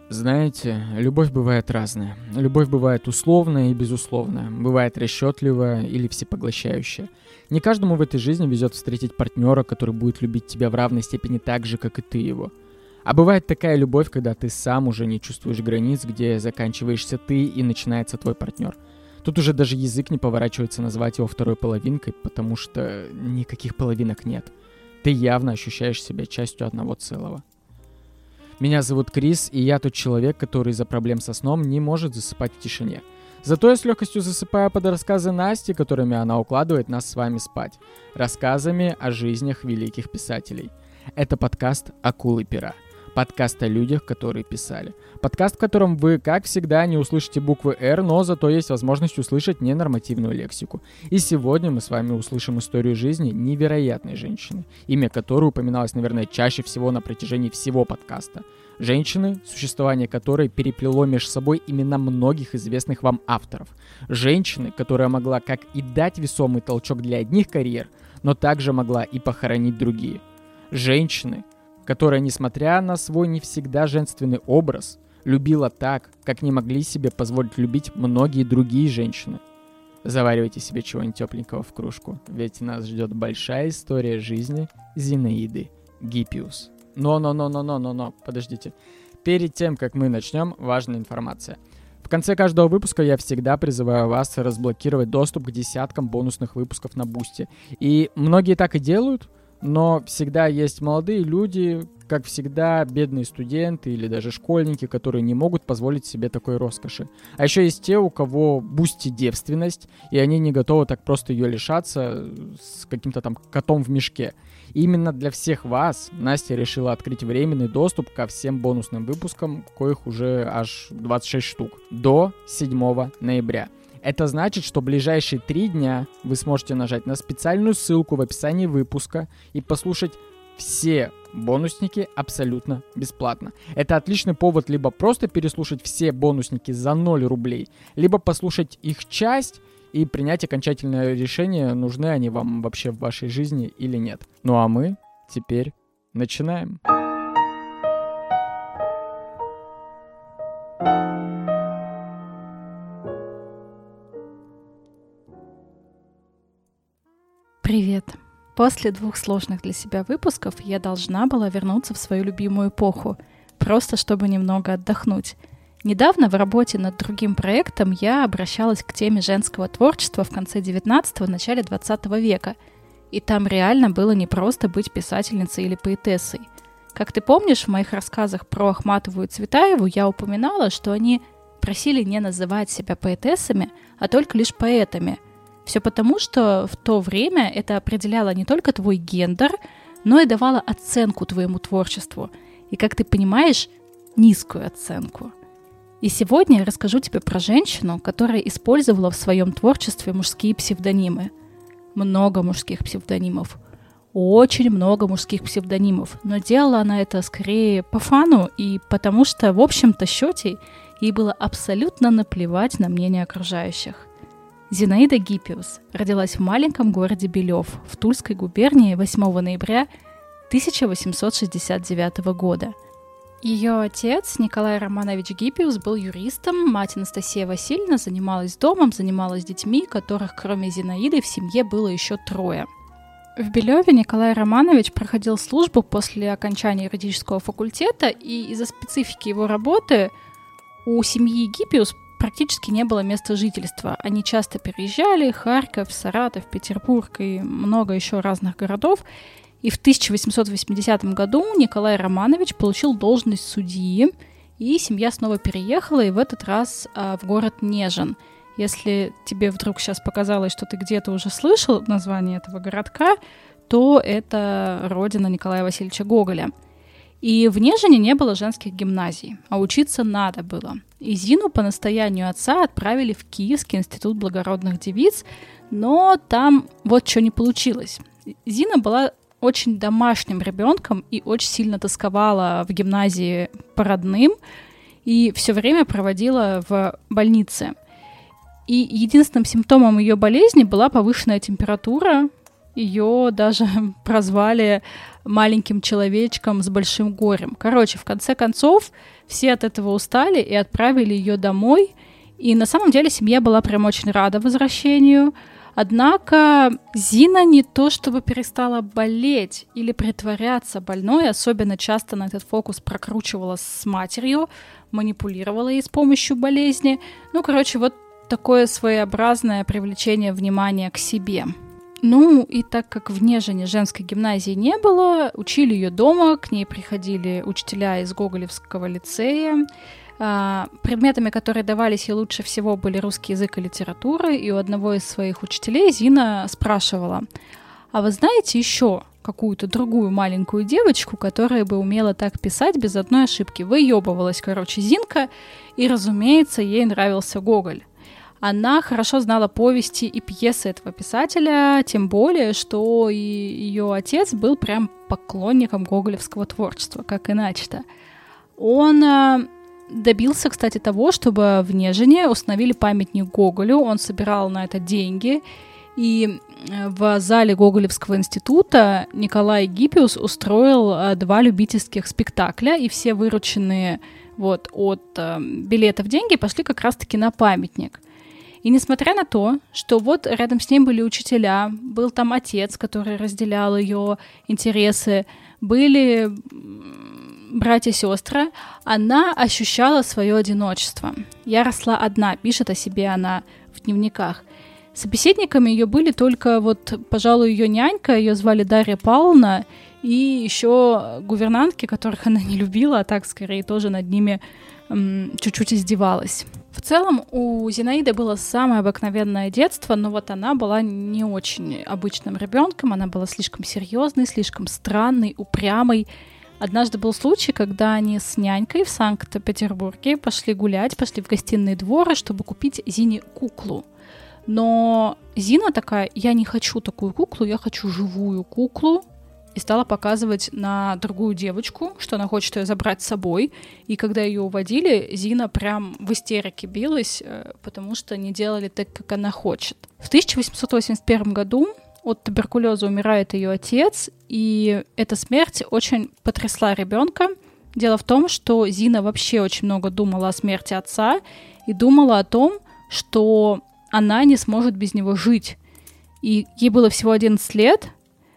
Знаете, любовь бывает разная. Любовь бывает условная и безусловная. Бывает расчетливая или всепоглощающая. Не каждому в этой жизни везет встретить партнера, который будет любить тебя в равной степени так же, как и ты его. А бывает такая любовь, когда ты сам уже не чувствуешь границ, где заканчиваешься ты и начинается твой партнер. Тут уже даже язык не поворачивается назвать его второй половинкой, потому что никаких половинок нет. Ты явно ощущаешь себя частью одного целого. Меня зовут Крис, и я тот человек, который из-за проблем со сном не может засыпать в тишине. Зато я с легкостью засыпаю под рассказы Насти, которыми она укладывает нас с вами спать. Рассказами о жизнях великих писателей. Это подкаст «Акулы пера». Подкаст о людях, которые писали. Подкаст, в котором вы, как всегда, не услышите буквы «Р», но зато есть возможность услышать ненормативную лексику. И сегодня мы с вами услышим историю жизни невероятной женщины, имя которой упоминалось, наверное, чаще всего на протяжении всего подкаста. Женщины, существование которой переплело между собой имена многих известных вам авторов. Женщины, которая могла как и дать весомый толчок для одних карьер, но также могла и похоронить другие. Женщины, которая, несмотря на свой не всегда женственный образ, любила так, как не могли себе позволить любить многие другие женщины. Заваривайте себе чего-нибудь тепленького в кружку, ведь нас ждет большая история жизни Зинаиды Гиппиус. Но, подождите. Перед тем, как мы начнем, важная информация. В конце каждого выпуска я всегда призываю вас разблокировать доступ к десяткам бонусных выпусков на Бусти. И многие так и делают, но всегда есть молодые люди, как всегда, бедные студенты или даже школьники, которые не могут позволить себе такой роскоши. А еще есть те, у кого Бусти девственность, и они не готовы так просто ее лишаться с каким-то там котом в мешке. И именно для всех вас Настя решила открыть временный доступ ко всем бонусным выпускам, коих уже аж 26 штук, до 7 ноября. Это значит, что ближайшие 3 дня вы сможете нажать на специальную ссылку в описании выпуска и послушать все бонусники абсолютно бесплатно. Это отличный повод либо просто переслушать все бонусники за 0 рублей, либо послушать их часть и принять окончательное решение, нужны они вам вообще в вашей жизни или нет. Ну а мы теперь начинаем. Привет! После 2 сложных для себя выпусков я должна была вернуться в свою любимую эпоху, просто чтобы немного отдохнуть. Недавно в работе над другим проектом я обращалась к теме женского творчества в конце 19-го, начале 20 века. И там реально было не просто быть писательницей или поэтессой. Как ты помнишь, в моих рассказах про Ахматову и Цветаеву я упоминала, что они просили не называть себя поэтессами, а только лишь поэтами. Все потому, что в то время это определяло не только твой гендер, но и давало оценку твоему творчеству. И, как ты понимаешь, низкую оценку. И сегодня я расскажу тебе про женщину, которая использовала в своем творчестве мужские псевдонимы. Много мужских псевдонимов. Очень много мужских псевдонимов. Но делала она это скорее по фану и потому что, в общем-то, счете ей было абсолютно наплевать на мнение окружающих. Зинаида Гиппиус родилась в маленьком городе Белев в Тульской губернии 8 ноября 1869 года. Ее отец, Николай Романович Гиппиус, был юристом, мать Анастасия Васильевна занималась домом, занималась детьми, которых кроме Зинаиды в семье было еще 3. В Белеве Николай Романович проходил службу после окончания юридического факультета, и из-за специфики его работы у семьи Гиппиус практически не было места жительства. Они часто переезжали: Харьков, Саратов, Петербург и много еще разных городов. И в 1880 году Николай Романович получил должность судьи, и семья снова переехала, и в этот раз в город Нежин. Если тебе вдруг сейчас показалось, что ты где-то уже слышал название этого городка, то это родина Николая Васильевича Гоголя. И в Нежине не было женских гимназий, а учиться надо было. И Зину по настоянию отца отправили в Киевский институт благородных девиц, но там вот что не получилось. Зина была очень домашним ребенком и очень сильно тосковала в гимназии по родным и все время проводила в больнице. И единственным симптомом ее болезни была повышенная температура. Ее даже прозвали маленьким человечком с большим горем. Короче, в конце концов, все от этого устали и отправили ее домой. И на самом деле семья была прям очень рада возвращению. Однако Зина не то чтобы перестала болеть или притворяться больной, особенно часто на этот фокус прокручивала с матерью, манипулировала ей с помощью болезни. Ну, короче, вот такое своеобразное привлечение внимания к себе. Ну, и так как в Нежине женской гимназии не было, учили ее дома, к ней приходили учителя из Гоголевского лицея. Предметами, которые давались ей лучше всего, были русский язык и литература, и у одного из своих учителей Зина спрашивала: «А вы знаете еще какую-то другую маленькую девочку, которая бы умела так писать без одной ошибки?» Выебывалась, короче, Зинка, и, разумеется, ей нравился Гоголь. Она хорошо знала повести и пьесы этого писателя, тем более, что и ее отец был прям поклонником гоголевского творчества, как иначе-то. Он добился, кстати, того, чтобы в Нежине установили памятник Гоголю, он собирал на это деньги, и в зале Гоголевского института Николай Гиппиус устроил 2 любительских спектакля, и все вырученные от билетов деньги пошли как раз-таки на памятник. И несмотря на то, что вот рядом с ней были учителя, был там отец, который разделял ее интересы, были братья и сестры, она ощущала свое одиночество. «Я росла одна», пишет о себе она в дневниках. Собеседниками ее были только пожалуй, ее нянька, ее звали Дарья Павловна, и еще гувернантки, которых она не любила, а так скорее тоже над ними чуть-чуть издевалась. В целом у Зинаиды было самое обыкновенное детство, но вот она была не очень обычным ребенком, она была слишком серьезной, слишком странной, упрямой. Однажды был случай, когда они с нянькой в Санкт-Петербурге пошли гулять, пошли в гостиные дворы, чтобы купить Зине куклу. Но Зина такая: «Я не хочу такую куклу, я хочу живую куклу». И стала показывать на другую девочку, что она хочет ее забрать с собой. И когда ее уводили, Зина прям в истерике билась, потому что не делали так, как она хочет. В 1881 году от туберкулеза умирает ее отец, и эта смерть очень потрясла ребенка. Дело в том, что Зина вообще очень много думала о смерти отца и думала о том, что она не сможет без него жить. И ей было всего 11 лет,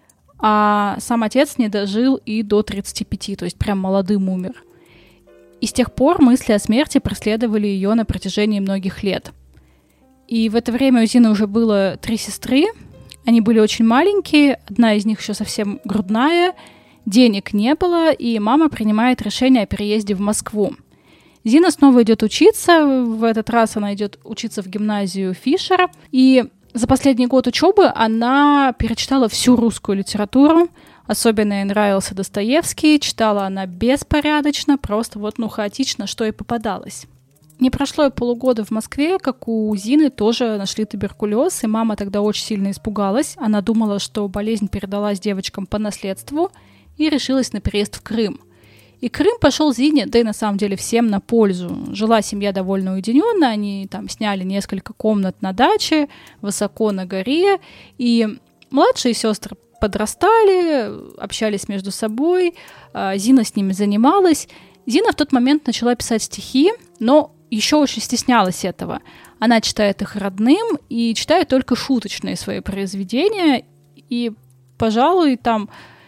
а сам отец не дожил и до 35, то есть прям молодым умер. И с тех пор мысли о смерти преследовали ее на протяжении многих лет. И в это время у Зины уже было 3 сестры. Они были очень маленькие, одна из них еще совсем грудная, денег не было, и мама принимает решение о переезде в Москву. Зина снова идет учиться, в этот раз она идет учиться в гимназию Фишера, и за последний год учебы она перечитала всю русскую литературу, особенно ей нравился Достоевский, читала она беспорядочно, просто хаотично, что ей попадалось. Не прошло и полугода в Москве, как у Зины тоже нашли туберкулез, и мама тогда очень сильно испугалась. Она думала, что болезнь передалась девочкам по наследству, и решилась на переезд в Крым. И Крым пошел Зине, да и на самом деле всем на пользу. Жила семья довольно уединенно, они там сняли несколько комнат на даче, высоко на горе, и младшие сестры подрастали, общались между собой, Зина с ними занималась. Зина в тот момент начала писать стихи, но еще очень стеснялась этого. Она читает их родным и читает только шуточные свои произведения, и, пожалуй, там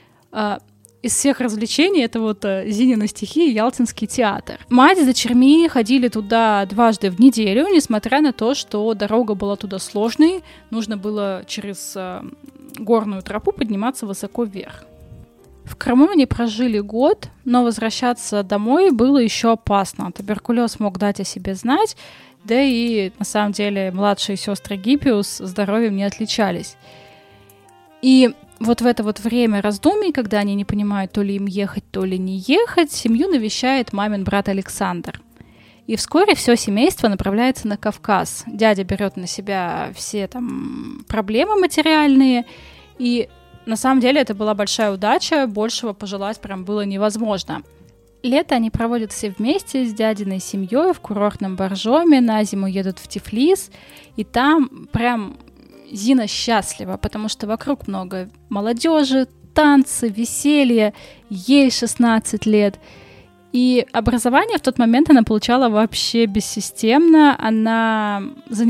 из всех развлечений это Зинины стихи и Ялтинский театр. Мать с дочерьми ходили туда 2 раза в неделю, несмотря на то, что дорога была туда сложной, нужно было через горную тропу подниматься высоко вверх. В Крыму они прожили год, но возвращаться домой было еще опасно. Туберкулез мог дать о себе знать, да и на самом деле младшие сестры Гиппиус здоровьем не отличались. И вот в это время раздумий, когда они не понимают, то ли им ехать, то ли не ехать, семью навещает мамин брат Александр. И вскоре все семейство направляется на Кавказ. Дядя берет на себя все там проблемы материальные, и на самом деле это была большая удача, большего пожелать прям было невозможно. Лето они проводят все вместе с дядиной семьей в курортном Боржоме, на зиму едут в Тифлис, и там прям Зина счастлива, потому что вокруг много молодежи, танцы, веселье, ей 16 лет. И образование в тот момент она получала вообще бессистемно. Она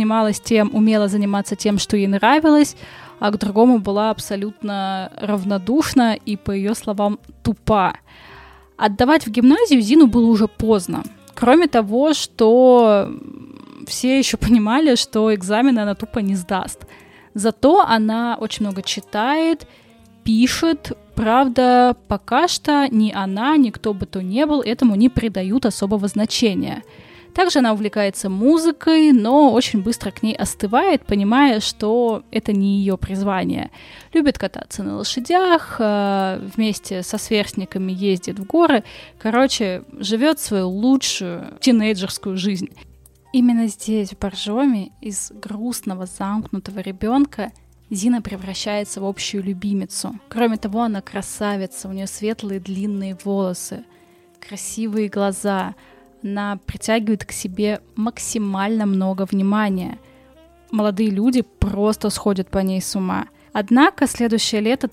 умела заниматься тем, что ей нравилось, а к другому была абсолютно равнодушна и, по ее словам, тупа. Отдавать в гимназию Зину было уже поздно. Кроме того, что все еще понимали, что экзамены она тупо не сдаст. Зато она очень много читает, пишет. Правда, пока что ни она, ни кто бы то ни был этому не придают особого значения. Также она увлекается музыкой, но очень быстро к ней остывает, понимая, что это не ее призвание. Любит кататься на лошадях, вместе со сверстниками ездит в горы. Короче, живет свою лучшую тинейджерскую жизнь. Именно здесь, в Боржоми, из грустного, замкнутого ребенка Зина превращается в общую любимицу. Кроме того, она красавица, у нее светлые длинные волосы, красивые глаза. Она притягивает к себе максимально много внимания. Молодые люди просто сходят по ней с ума. Однако следующее лето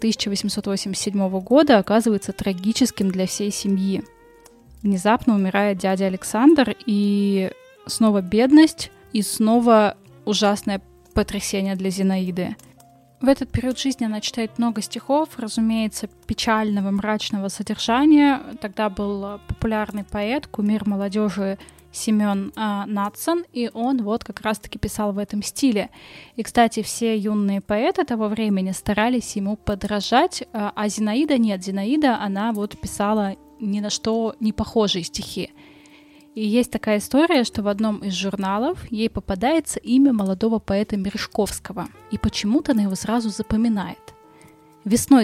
1887 года оказывается трагическим для всей семьи. Внезапно умирает дядя Александр, и снова бедность, и снова ужасное потрясение для Зинаиды. В этот период жизни она читает много стихов, разумеется, печального, мрачного содержания. Тогда был популярный поэт, кумир молодежи Семен Надсон, и он вот как раз-таки писал в этом стиле. И, кстати, все юные поэты того времени старались ему подражать, а Зинаида нет. Зинаида, она вот писала ни на что не похожие стихи. И есть такая история, что в одном из журналов ей попадается имя молодого поэта Мережковского, и почему-то она его сразу запоминает. Весной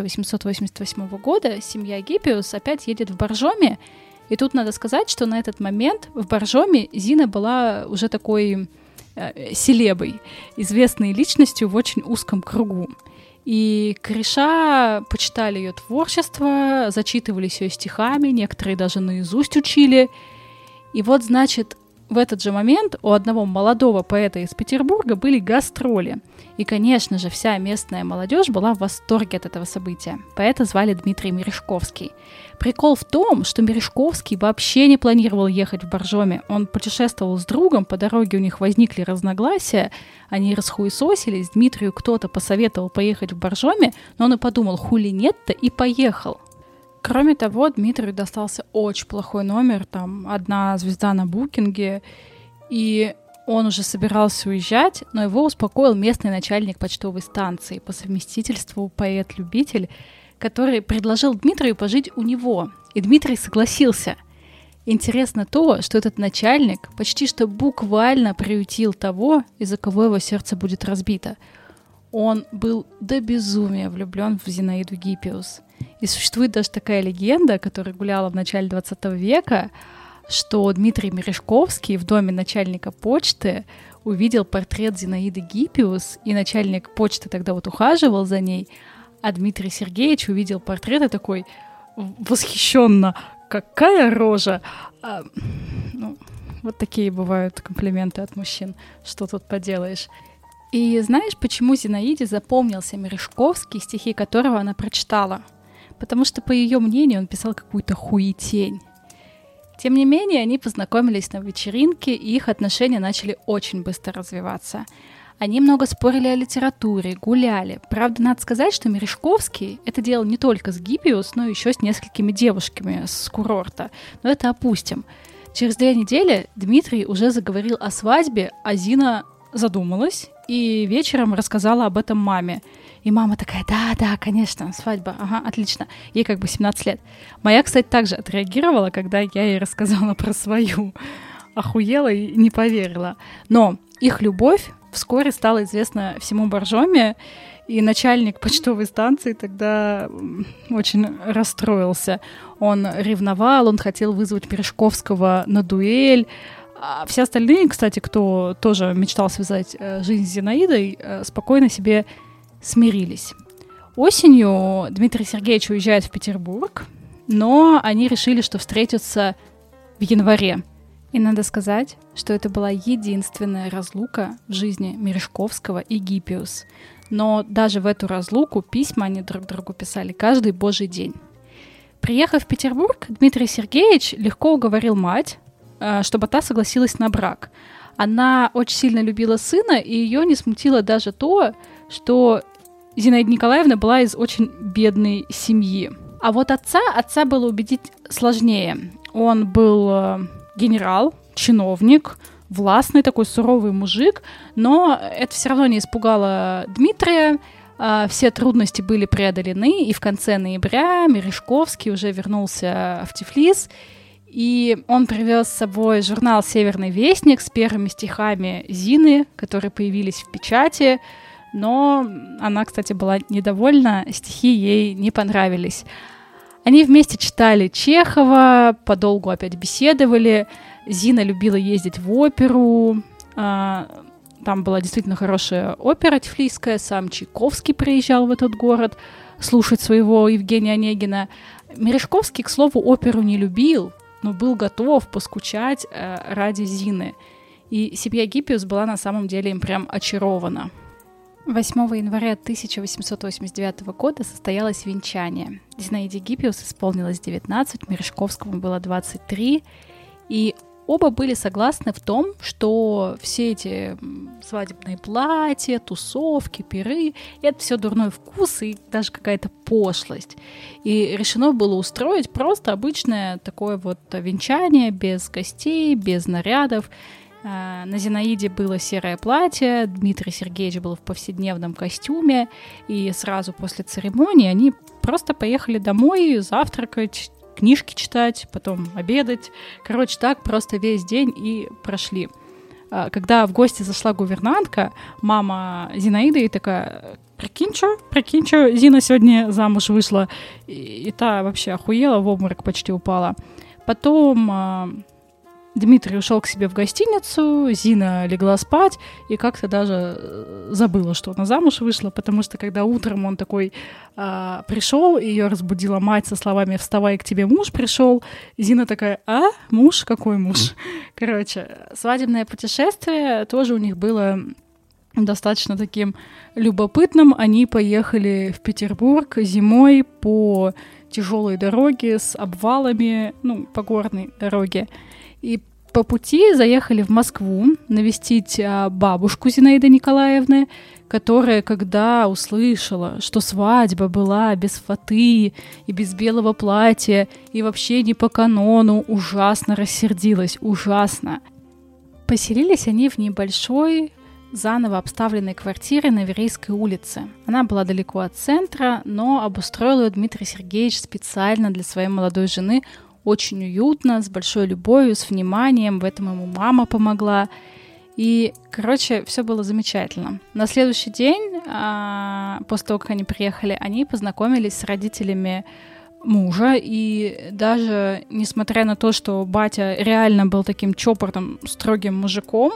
1888 года семья Гиппиус опять едет в Боржоми, и тут надо сказать, что на этот момент в Боржоми Зина была уже такой селебой, известной личностью в очень узком кругу. И кореша почитали ее творчество, зачитывались ее стихами, некоторые даже наизусть учили. И вот, значит, в этот же момент у одного молодого поэта из Петербурга были гастроли. И, конечно же, вся местная молодежь была в восторге от этого события. Поэта звали Дмитрий Мережковский. Прикол в том, что Мережковский вообще не планировал ехать в Боржоми. Он путешествовал с другом, по дороге у них возникли разногласия, они расхуесосились, Дмитрию кто-то посоветовал поехать в Боржоми, но он и подумал, хули нет-то, и поехал. Кроме того, Дмитрию достался очень плохой номер, там 1 звезда на букинге, и он уже собирался уезжать, но его успокоил местный начальник почтовой станции, по совместительству поэт-любитель, который предложил Дмитрию пожить у него, и Дмитрий согласился. Интересно то, что этот начальник почти что буквально приютил того, из-за кого его сердце будет разбито. Он был до безумия влюблен в Зинаиду Гиппиус. И существует даже такая легенда, которая гуляла в начале 20 века, что Дмитрий Мережковский в доме начальника почты увидел портрет Зинаиды Гиппиус, и начальник почты тогда вот ухаживал за ней, а Дмитрий Сергеевич увидел портрет и такой восхищенно: «Какая рожа!» Вот такие бывают комплименты от мужчин, что тут поделаешь. И знаешь, почему Зинаиде запомнился Мережковский, стихи которого она прочитала? Потому что, по ее мнению, он писал какую-то хуетень. Тем не менее, они познакомились на вечеринке, и их отношения начали очень быстро развиваться. Они много спорили о литературе, гуляли. Правда, надо сказать, что Мережковский это делал не только с Гиппиус, но еще с несколькими девушками с курорта. Но это опустим. Через 2 недели Дмитрий уже заговорил о свадьбе, а Зина задумалась и вечером рассказала об этом маме. И мама такая: да, конечно, свадьба, ага, отлично. Ей как бы 17 лет. Моя, кстати, также отреагировала, когда я ей рассказала про свою. Охуела и не поверила. Но их любовь вскоре стала известна всему Боржоми, и начальник почтовой станции тогда очень расстроился. Он ревновал, он хотел вызвать Мережковского на дуэль. А все остальные, кстати, кто тоже мечтал связать жизнь с Зинаидой, спокойно себе смирились. Осенью Дмитрий Сергеевич уезжает в Петербург, но они решили, что встретятся в январе. И надо сказать, что это была единственная разлука в жизни Мережковского и Гиппиус. Но даже в эту разлуку письма они друг другу писали каждый божий день. Приехав в Петербург, Дмитрий Сергеевич легко уговорил мать, чтобы та согласилась на брак. Она очень сильно любила сына, и ее не смутило даже то, что Зинаида Николаевна была из очень бедной семьи. А вот отца было убедить сложнее. Он был генерал, чиновник, властный такой суровый мужик, но это все равно не испугало Дмитрия. Все трудности были преодолены, и в конце ноября Мережковский уже вернулся в Тифлис, и он привез с собой журнал «Северный вестник» с первыми стихами Зины, которые появились в печати, но она, кстати, была недовольна, стихи ей не понравились. Они вместе читали Чехова, подолгу опять беседовали. Зина любила ездить в оперу. Там была действительно хорошая опера тифлисская. Сам Чайковский приезжал в этот город слушать своего Евгения Онегина. Мережковский, к слову, оперу не любил, но был готов поскучать ради Зины. И семья Гиппиус была на самом деле им прям очарована. 8 января 1889 года состоялось венчание. Зинаиде Гиппиус исполнилось 19, Мережковскому было 23, и оба были согласны в том, что все эти свадебные платья, тусовки, пиры — это все дурной вкус и даже какая-то пошлость. И решено было устроить просто обычное такое вот венчание без гостей, без нарядов. На Зинаиде было серое платье, Дмитрий Сергеевич был в повседневном костюме, и сразу после церемонии они просто поехали домой завтракать, книжки читать, потом обедать. Короче, так просто весь день и прошли. Когда в гости зашла гувернантка, мама Зинаиды и такая: прикинь, что Зина сегодня замуж вышла. И та вообще охуела, в обморок почти упала. Потом Дмитрий ушел к себе в гостиницу, Зина легла спать и как-то даже забыла, что она замуж вышла, потому что когда утром он такой пришел, ее разбудила мать со словами: «Вставай, к тебе муж пришел». Зина такая: «А? Муж? Какой муж?» Короче, свадебное путешествие тоже у них было достаточно таким любопытным. Они поехали в Петербург зимой по тяжелой дороге с обвалами, по горной дороге. И по пути заехали в Москву навестить бабушку Зинаиды Николаевны, которая, когда услышала, что свадьба была без фаты и без белого платья и вообще не по канону, ужасно рассердилась, ужасно. Поселились они в небольшой, заново обставленной квартире на Верейской улице. Она была далеко от центра, но обустроил ее Дмитрий Сергеевич специально для своей молодой жены, очень уютно, с большой любовью, с вниманием. В этом ему мама помогла. И, короче, все было замечательно. На следующий день, после того, как они приехали, они познакомились с родителями мужа. И даже несмотря на то, что батя реально был таким чопорным, строгим мужиком,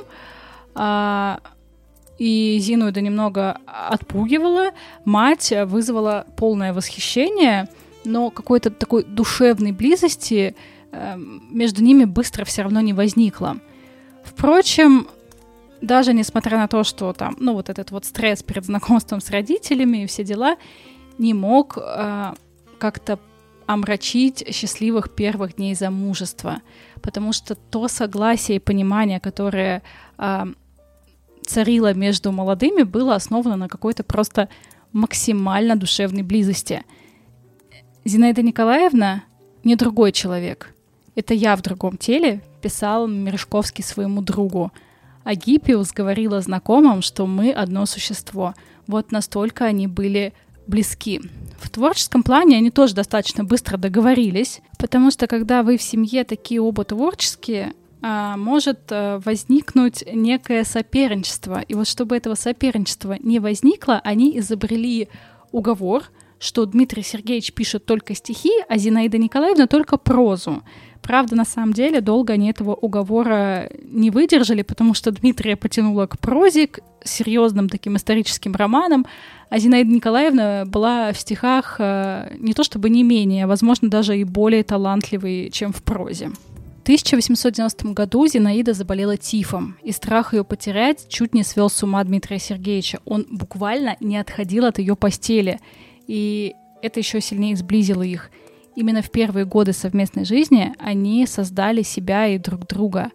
и Зину это немного отпугивало, мать вызвала полное восхищение, но какой-то такой душевной близости между ними быстро все равно не возникло. Впрочем, даже несмотря на то, что там, вот этот вот стресс перед знакомством с родителями и все дела, не мог как-то омрачить счастливых первых дней замужества, потому что то согласие и понимание, которое царило между молодыми, было основано на какой-то просто максимально душевной близости. Зинаида Николаевна не другой человек. Это я в другом теле, писал Мережковский своему другу. А Гиппиус говорила знакомым, что мы одно существо. Вот настолько они были близки. В творческом плане они тоже достаточно быстро договорились, потому что когда вы в семье такие оба творческие, может возникнуть некое соперничество. И вот чтобы этого соперничества не возникло, они изобрели уговор, что Дмитрий Сергеевич пишет только стихи, а Зинаида Николаевна только прозу. Правда, на самом деле, долго они этого уговора не выдержали, потому что Дмитрия потянуло к прозе, к серьезным таким историческим романам, а Зинаида Николаевна была в стихах не то чтобы не менее, а, возможно, даже и более талантливой, чем в прозе. 1890 году Зинаида заболела тифом, и страх ее потерять чуть не свел с ума Дмитрия Сергеевича. Он буквально не отходил от ее постели, и это еще сильнее сблизило их. Именно в первые годы совместной жизни они создали себя и друг друга.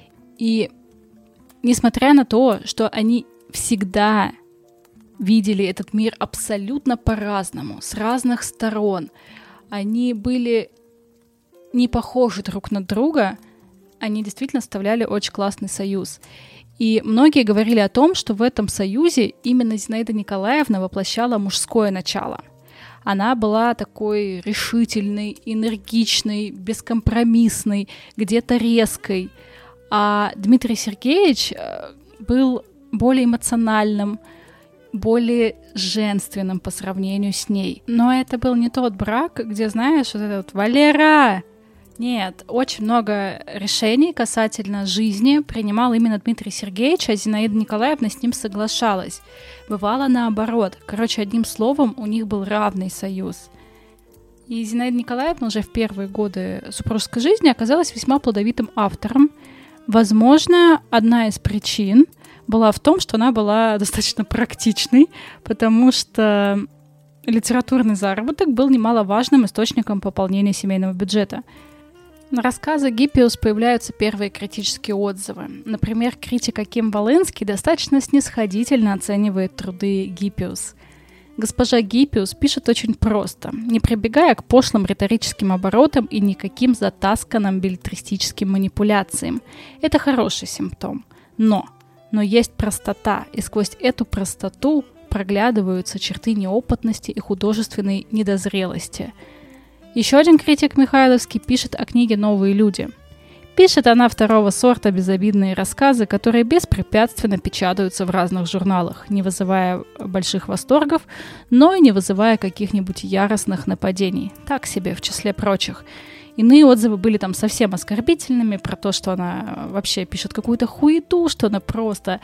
И несмотря на то, что они всегда видели этот мир абсолютно по-разному, с разных сторон, они были не похожи друг на друга, они действительно составляли очень классный союз. И многие говорили о том, что в этом союзе именно Зинаида Николаевна воплощала мужское начало. Она была такой решительной, энергичной, бескомпромиссной, где-то резкой. А Дмитрий Сергеевич был более эмоциональным, более женственным по сравнению с ней. Но это был не тот брак, где, знаешь, вот этот «Валера!» Нет, очень много решений касательно жизни принимал именно Дмитрий Сергеевич, а Зинаида Николаевна с ним соглашалась. Бывало наоборот. Короче, одним словом, у них был равный союз. И Зинаида Николаевна уже в первые годы супружеской жизни оказалась весьма плодовитым автором. Возможно, одна из причин была в том, что она была достаточно практичной, потому что литературный заработок был немаловажным источником пополнения семейного бюджета. На рассказы Гиппиус появляются первые критические отзывы. Например, критик Аким Волынский достаточно снисходительно оценивает труды Гиппиус. Госпожа Гиппиус пишет очень просто, не прибегая к пошлым риторическим оборотам и никаким затасканным беллетристическим манипуляциям. Это хороший симптом. Но есть простота, и сквозь эту простоту проглядываются черты неопытности и художественной недозрелости. Еще один критик Михайловский пишет о книге «Новые люди». Пишет она второго сорта безобидные рассказы, которые беспрепятственно печатаются в разных журналах, не вызывая больших восторгов, но и не вызывая каких-нибудь яростных нападений. Так себе, в числе прочих. Иные отзывы были там совсем оскорбительными, про то, что она вообще пишет какую-то хуету, что она просто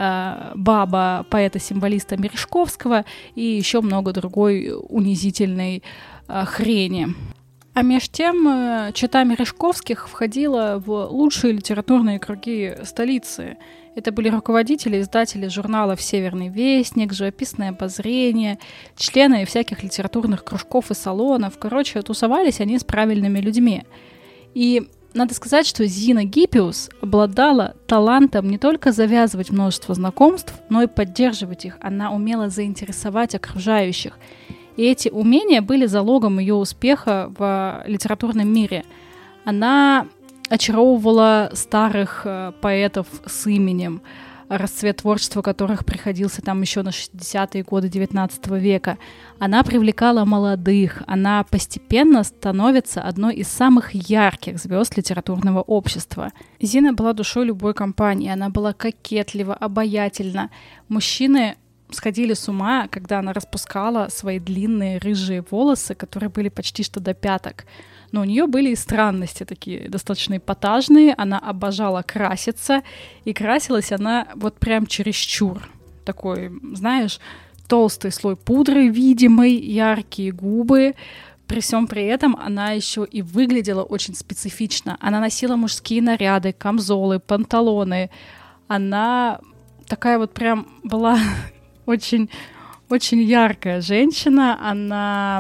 баба поэта-символиста Мережковского и еще много другой унизительной хрени. А меж тем, чета Мережковских входила в лучшие литературные круги столицы. Это были руководители, издатели журналов «Северный вестник», «Живописное обозрение», члены всяких литературных кружков и салонов. Короче, тусовались они с правильными людьми. И надо сказать, что Зина Гиппиус обладала талантом не только завязывать множество знакомств, но и поддерживать их. Она умела заинтересовать окружающих. И эти умения были залогом ее успеха в литературном мире. Она очаровывала старых поэтов с именем, расцвет творчества которых приходился там еще на 60-е годы XIX века. Она привлекала молодых, она постепенно становится одной из самых ярких звезд литературного общества. Зина была душой любой компании, она была кокетлива, обаятельна. Мужчины сходили с ума, когда она распускала свои длинные рыжие волосы, которые были почти что до пяток. Но у нее были и странности такие, достаточно эпатажные. Она обожала краситься, и красилась она вот прям чересчур. Такой, знаешь, толстый слой пудры видимый, яркие губы. При всем при этом она еще и выглядела очень специфично. Она носила мужские наряды, камзолы, панталоны. Она такая вот прям была очень, очень яркая женщина. Она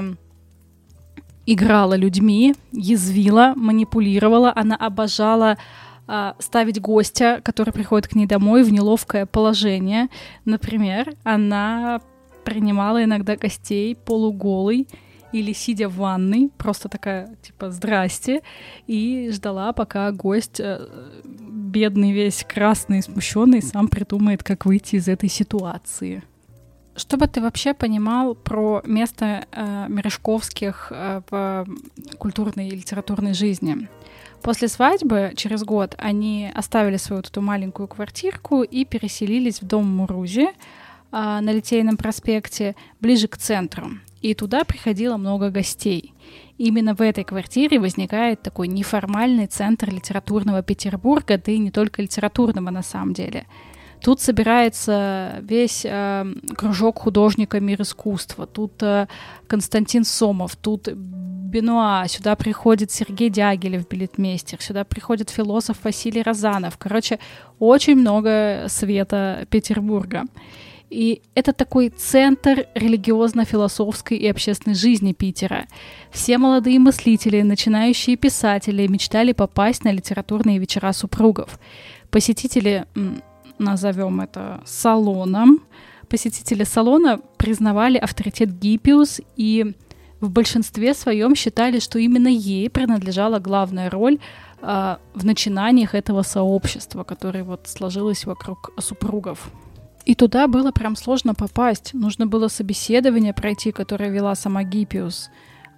играла людьми, язвила, манипулировала. Она обожала ставить гостя, который приходит к ней домой, в неловкое положение. Например, она принимала иногда гостей полуголой или сидя в ванной, просто такая, типа, «здрасте», и ждала, пока гость, бедный весь красный и смущенный, сам придумает, как выйти из этой ситуации. Чтобы ты вообще понимал про место Мережковских в культурной и литературной жизни. После свадьбы, через год, они оставили свою вот эту маленькую квартирку и переселились в дом Мурузи на Литейном проспекте, ближе к центру. И туда приходило много гостей. Именно в этой квартире возникает такой неформальный центр литературного Петербурга, да и не только литературного на самом деле. Тут собирается весь кружок художника «Мир искусства», тут Константин Сомов, тут Бенуа, сюда приходит Сергей Дягилев, балетмейстер, сюда приходит философ Василий Розанов. Короче, очень много света Петербурга. И это такой центр религиозно-философской и общественной жизни Питера. Все молодые мыслители, начинающие писатели мечтали попасть на литературные вечера супругов. Посетители, назовем это салоном, посетители салона признавали авторитет Гиппиус и в большинстве своем считали, что именно ей принадлежала главная роль в начинаниях этого сообщества, которое вот сложилось вокруг супругов. И туда было прям сложно попасть. Нужно было собеседование пройти, которое вела сама Гиппиус.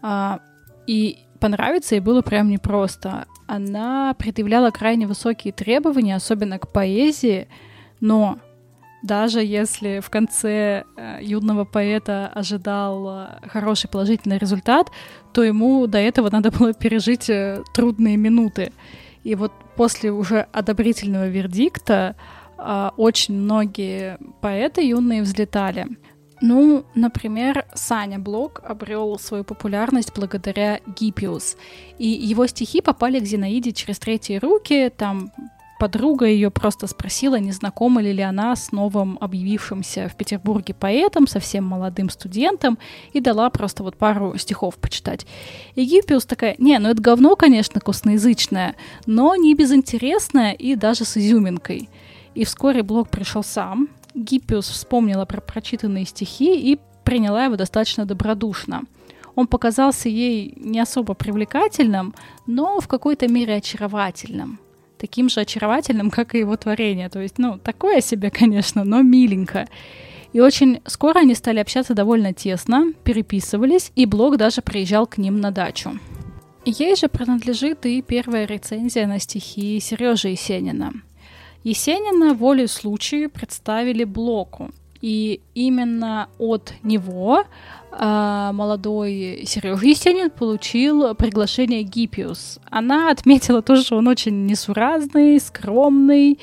И понравиться ей было прям непросто. Она предъявляла крайне высокие требования, особенно к поэзии, но даже если в конце юного поэта ожидал хороший положительный результат, то ему до этого надо было пережить трудные минуты. И вот после уже одобрительного вердикта очень многие поэты юные взлетали. Ну, например, Саня Блок обрел свою популярность благодаря Гиппиус. И его стихи попали к Зинаиде через третьи руки. Там подруга ее просто спросила, не знакома ли она с новым объявившимся в Петербурге поэтом, совсем молодым студентом, и дала просто вот пару стихов почитать. И Гиппиус такая: не, ну это говно, конечно, косноязычное, но не безинтересное и даже с изюминкой. И вскоре Блок пришел сам. Гиппиус вспомнила про прочитанные стихи и приняла его достаточно добродушно. Он показался ей не особо привлекательным, но в какой-то мере очаровательным. Таким же очаровательным, как и его творение. То есть, такое себе, конечно, но миленько. И очень скоро они стали общаться довольно тесно, переписывались, и Блок даже приезжал к ним на дачу. Ей же принадлежит и первая рецензия на стихи Сережи Есенина. Есенина волей случая представили Блоку, и именно от него молодой Сережа Есенин получил приглашение Гиппиус. Она отметила тоже, что он очень несуразный, скромный.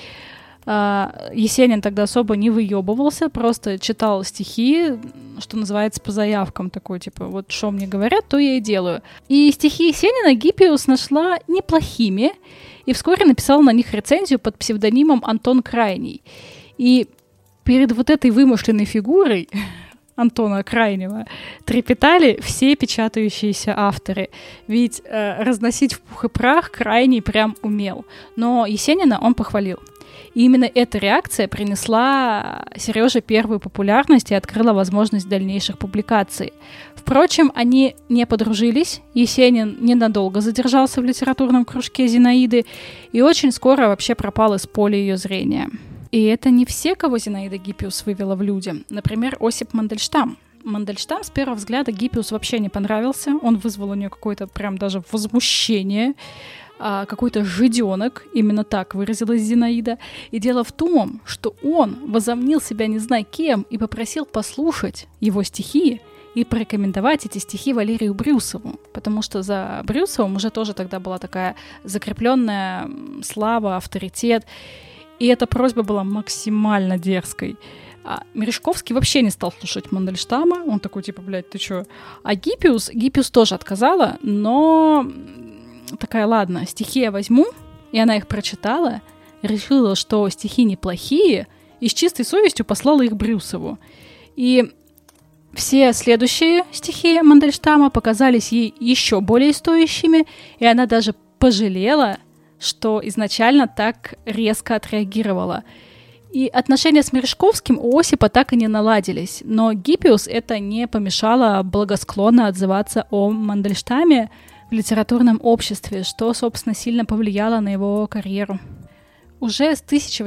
Есенин тогда особо не выебывался, просто читал стихи, что называется, по заявкам, такой, типа, вот что мне говорят, то я и делаю. И стихи Есенина Гиппиус нашла неплохими, и вскоре написал на них рецензию под псевдонимом Антон Крайний. И перед вот этой вымышленной фигурой Антона Крайнего трепетали все печатающиеся авторы. Ведь разносить в пух и прах Крайний прям умел. Но Есенина он похвалил. И именно эта реакция принесла Сереже первую популярность и открыла возможность дальнейших публикаций. Впрочем, они не подружились, Есенин ненадолго задержался в литературном кружке Зинаиды и очень скоро вообще пропал из поля ее зрения. И это не все, кого Зинаида Гиппиус вывела в люди. Например, Осип Мандельштам. Мандельштам с первого взгляда Гиппиус вообще не понравился, он вызвал у нее какое-то прям даже возмущение, какой-то жиденок, именно так выразилась Зинаида. И дело в том, что он возомнил себя не знаю кем и попросил послушать его стихи и порекомендовать эти стихи Валерию Брюсову, потому что за Брюсовым уже тоже тогда была такая закрепленная слава, авторитет, и эта просьба была максимально дерзкой. Мережковский вообще не стал слушать Мандельштама, он такой, типа, блядь, ты чё? А Гиппиус тоже отказала, но такая, ладно, стихи я возьму, и она их прочитала, решила, что стихи неплохие, и с чистой совестью послала их Брюсову. И все следующие стихи Мандельштама показались ей еще более стоящими, и она даже пожалела, что изначально так резко отреагировала. И отношения с Мережковским у Осипа так и не наладились, но Гиппиус это не помешало благосклонно отзываться о Мандельштаме в литературном обществе, что, собственно, сильно повлияло на его карьеру. Уже с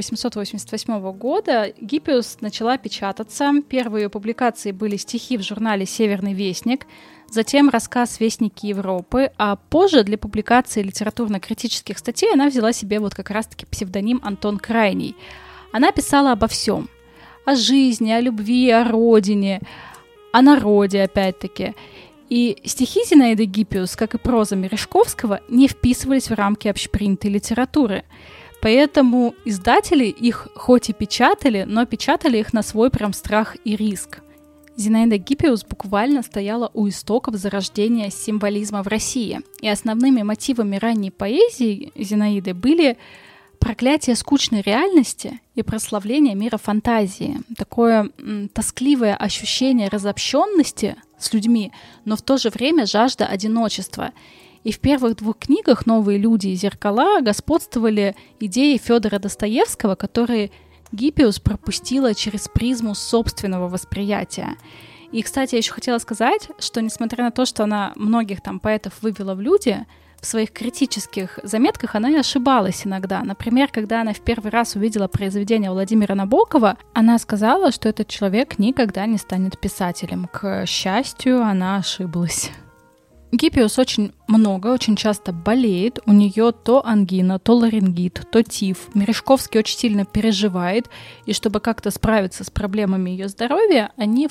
1888 года Гиппиус начала печататься. Первые ее публикации были стихи в журнале «Северный вестник», затем рассказ «Вестники Европы», а позже для публикации литературно-критических статей она взяла себе вот как раз-таки псевдоним Антон Крайний. Она писала обо всем. О жизни, о любви, о родине, о народе, опять-таки. И стихи Зинаиды Гиппиус, как и проза Мережковского, не вписывались в рамки общепринятой литературы. Поэтому издатели их хоть и печатали, но печатали их на свой прям страх и риск. Зинаида Гиппиус буквально стояла у истоков зарождения символизма в России. И основными мотивами ранней поэзии Зинаиды были проклятие скучной реальности и прославление мира фантазии. Такое тоскливое ощущение разобщенности с людьми, но в то же время жажда одиночества. И в первых 2 книгах «Новые люди» и «Зеркала» господствовали идеи Федора Достоевского, которые Гиппиус пропустила через призму собственного восприятия. И, кстати, я еще хотела сказать, что несмотря на то, что она многих там поэтов вывела в люди, в своих критических заметках она и ошибалась иногда. Например, когда она в первый раз увидела произведение Владимира Набокова, она сказала, что этот человек никогда не станет писателем. К счастью, она ошиблась. Гиппиус очень часто болеет, у нее то ангина, то ларингит, то тиф. Мережковский очень сильно переживает, и чтобы как-то справиться с проблемами ее здоровья, они в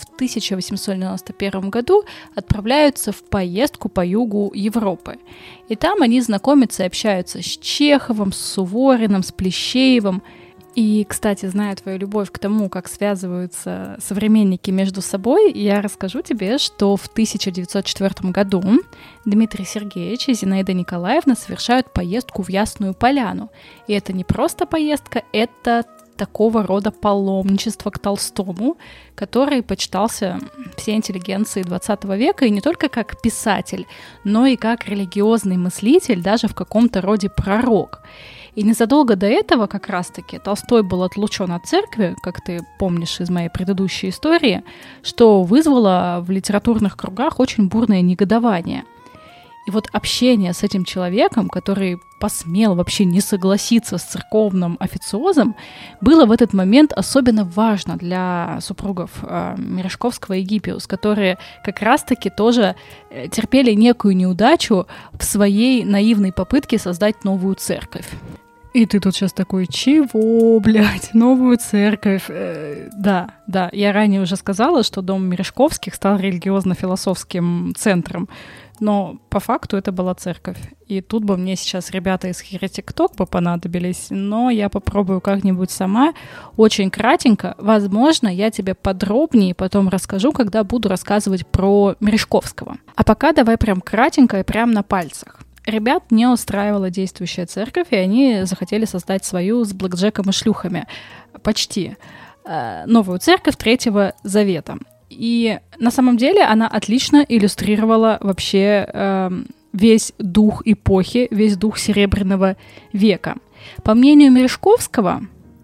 1891 году отправляются в поездку по югу Европы. И там они знакомятся и общаются с Чеховым, с Сувориным, с Плещеевым. И, кстати, зная твою любовь к тому, как связываются современники между собой, я расскажу тебе, что в 1904 году Дмитрий Сергеевич и Зинаида Николаевна совершают поездку в Ясную Поляну. И это не просто поездка, это такого рода паломничество к Толстому, который почитался всей интеллигенции XX века, и не только как писатель, но и как религиозный мыслитель, даже в каком-то роде пророк. И незадолго до этого как раз-таки Толстой был отлучен от церкви, как ты помнишь из моей предыдущей истории, что вызвало в литературных кругах очень бурное негодование. И вот общение с этим человеком, который посмел вообще не согласиться с церковным официозом, было в этот момент особенно важно для супругов Мережковского и Гиппиус, которые как раз-таки тоже терпели некую неудачу в своей наивной попытке создать новую церковь. И ты тут сейчас такой, чего, блядь, новую церковь? Да, я ранее уже сказала, что дом Мережковских стал религиозно-философским центром, но по факту это была церковь. И тут бы мне сейчас ребята из Heretic Talk бы понадобились, но я попробую как-нибудь сама, очень кратенько. Возможно, я тебе подробнее потом расскажу, когда буду рассказывать про Мережковского. А пока давай прям кратенько и прям на пальцах. Ребят не устраивала действующая церковь, и они захотели создать свою с блэкджеком и шлюхами. Почти. Новую церковь Третьего Завета. И на самом деле она отлично иллюстрировала вообще весь дух эпохи, весь дух Серебряного века. По мнению Мережковского,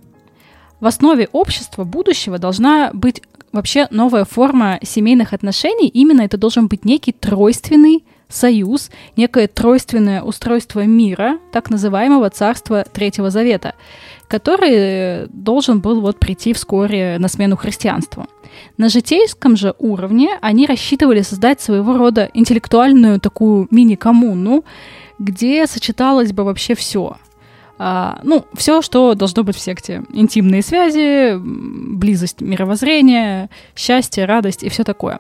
в основе общества будущего должна быть вообще новая форма семейных отношений. Именно это должен быть некий тройственный союз, некое тройственное устройство мира, так называемого царства Третьего Завета, который должен был вот прийти вскоре на смену христианству. На житейском же уровне они рассчитывали создать своего рода интеллектуальную такую мини-коммуну, где сочеталось бы вообще все. Все, что должно быть в секте. Интимные связи, близость мировоззрения, счастье, радость и все такое.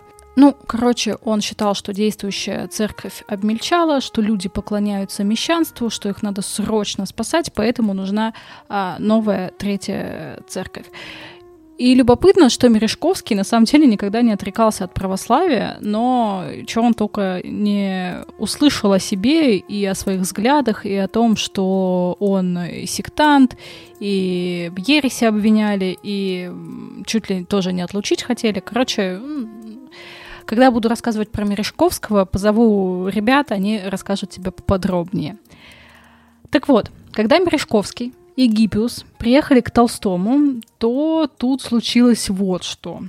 Он считал, что действующая церковь обмельчала, что люди поклоняются мещанству, что их надо срочно спасать, поэтому нужна новая Третья Церковь. И любопытно, что Мережковский на самом деле никогда не отрекался от православия, но что он только не услышал о себе и о своих взглядах, и о том, что он сектант, и в ереси обвиняли, и чуть ли тоже не отлучить хотели. Короче, когда буду рассказывать про Мережковского, позову ребят, они расскажут тебе поподробнее. Так вот, когда Мережковский и Гиппиус приехали к Толстому, то тут случилось вот что.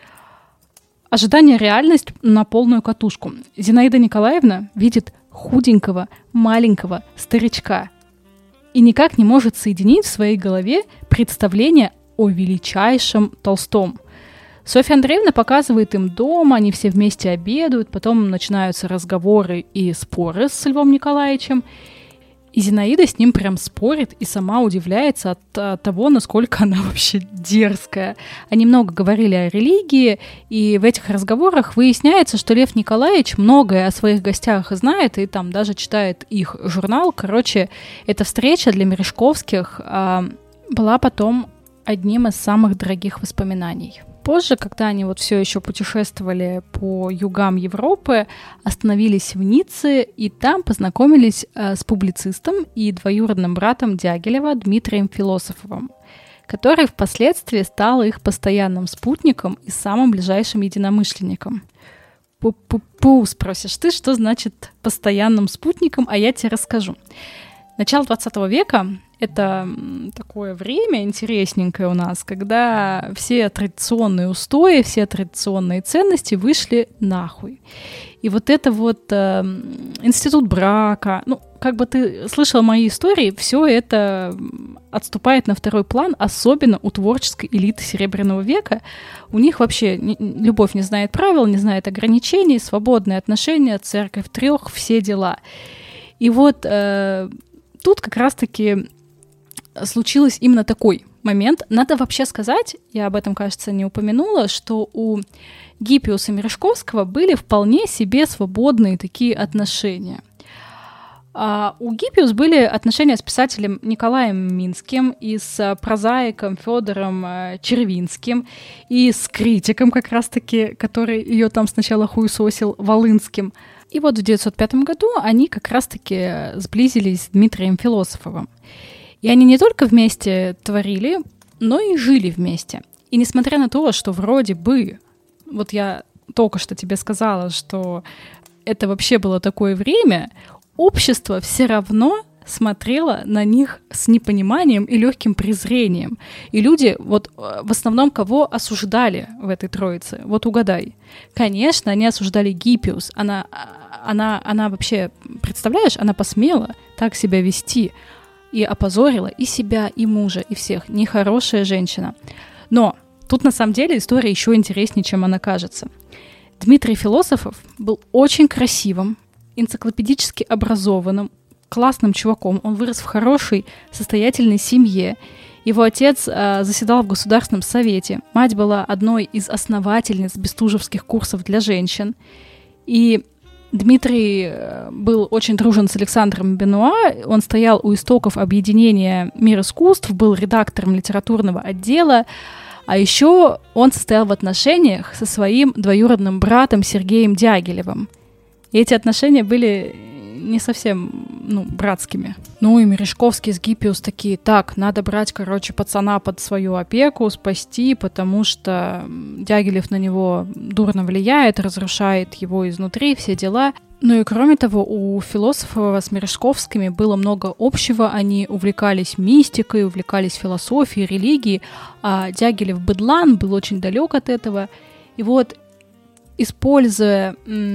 Ожидание реальность на полную катушку. Зинаида Николаевна видит худенького, маленького старичка и никак не может соединить в своей голове представление о величайшем Толстом. Софья Андреевна показывает им дом, они все вместе обедают, потом начинаются разговоры и споры с Львом Николаевичем. И Зинаида с ним прям спорит и сама удивляется от того, насколько она вообще дерзкая. Они много говорили о религии, и в этих разговорах выясняется, что Лев Николаевич многое о своих гостях знает и там даже читает их журнал. Короче, эта встреча для Мережковских была потом одним из самых дорогих воспоминаний. позже, когда они вот все еще путешествовали по югам Европы, остановились в Ницце и там познакомились с публицистом и двоюродным братом Дягилева Дмитрием Философовым, который впоследствии стал их постоянным спутником и самым ближайшим единомышленником. Пу-пу-пу, спросишь ты, что значит постоянным спутником, а я тебе расскажу. Начало 20 века — это такое время интересненькое у нас, когда все традиционные устои, все традиционные ценности вышли нахуй. И вот это вот институт брака, ну, как бы ты слышал мои истории, все это отступает на второй план, особенно у творческой элиты Серебряного века. У них вообще любовь не знает правил, не знает ограничений, свободные отношения, церковь трех, все дела. И вот тут как раз-таки случилось именно такой момент. Надо вообще сказать, я об этом, кажется, не упомянула, что у Гиппиуса Мережковского были вполне себе свободные такие отношения. А у Гиппиуса были отношения с писателем Николаем Минским и с прозаиком Федором Червинским и с критиком как раз-таки, который ее там сначала хуесосил, Волынским. И вот в 1905 году они как раз-таки сблизились с Дмитрием Философовым. И они не только вместе творили, но и жили вместе. И несмотря на то, что вроде бы, вот я только что тебе сказала, что это вообще было такое время, общество все равно смотрело на них с непониманием и легким презрением. И люди, вот в основном, кого осуждали в этой троице? Вот угадай. Конечно, они осуждали Гиппиус. Она вообще, представляешь, она посмела так себя вести и опозорила и себя, и мужа, и всех. Нехорошая женщина. Но тут на самом деле история еще интереснее, чем она кажется. Дмитрий Философов был очень красивым, энциклопедически образованным, классным чуваком. Он вырос в хорошей, состоятельной семье. Его отец заседал в Государственном совете. Мать была одной из основательниц бестужевских курсов для женщин. И Дмитрий был очень дружен с Александром Бенуа. Он стоял у истоков объединения «Мир искусств», был редактором литературного отдела. А еще он состоял в отношениях со своим двоюродным братом Сергеем Дягилевым. И эти отношения были не совсем, братскими. Ну и Мережковский с Гиппиус такие: так, надо брать, пацана под свою опеку, спасти, потому что Дягилев на него дурно влияет, разрушает его изнутри, все дела. Ну и кроме того, у Философова с Мережковскими было много общего, они увлекались мистикой, увлекались философией, религией, а Дягилев быдлан, был очень далек от этого. И вот, используя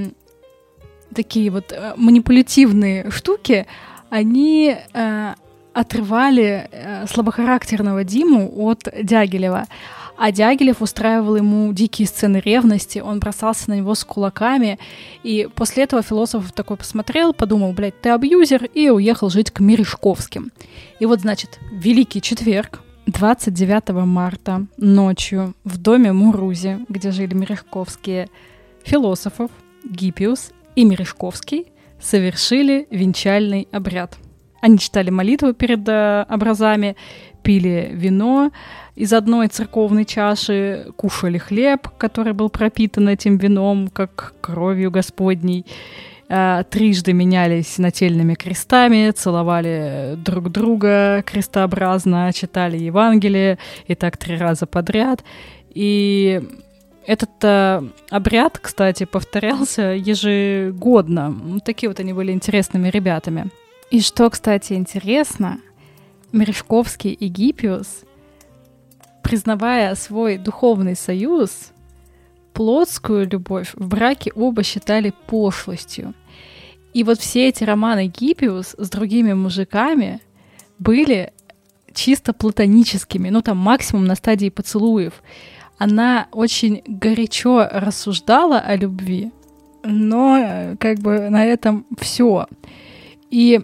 такие вот манипулятивные штуки, они отрывали слабохарактерного Диму от Дягилева. А Дягилев устраивал ему дикие сцены ревности, он бросался на него с кулаками, и после этого Философов такой посмотрел, подумал: блядь, ты абьюзер, и уехал жить к Мережковским. И вот, значит, Великий четверг, 29 марта, ночью, в доме Мурузи, где жили Мережковские, Философов, Гиппиус и Мережковский совершили венчальный обряд. Они читали молитву перед образами, пили вино из одной церковной чаши, кушали хлеб, который был пропитан этим вином, как кровью Господней, трижды менялись нательными крестами, целовали друг друга крестообразно, читали Евангелие, и так 3 раза подряд. И этот обряд, кстати, повторялся ежегодно. Такие вот они были интересными ребятами. И что, кстати, интересно, Мережковский и Гиппиус, признавая свой духовный союз, плотскую любовь в браке оба считали пошлостью. И вот все эти романы Гиппиус с другими мужиками были чисто платоническими, там максимум на стадии поцелуев. Она очень горячо рассуждала о любви, но на этом все. И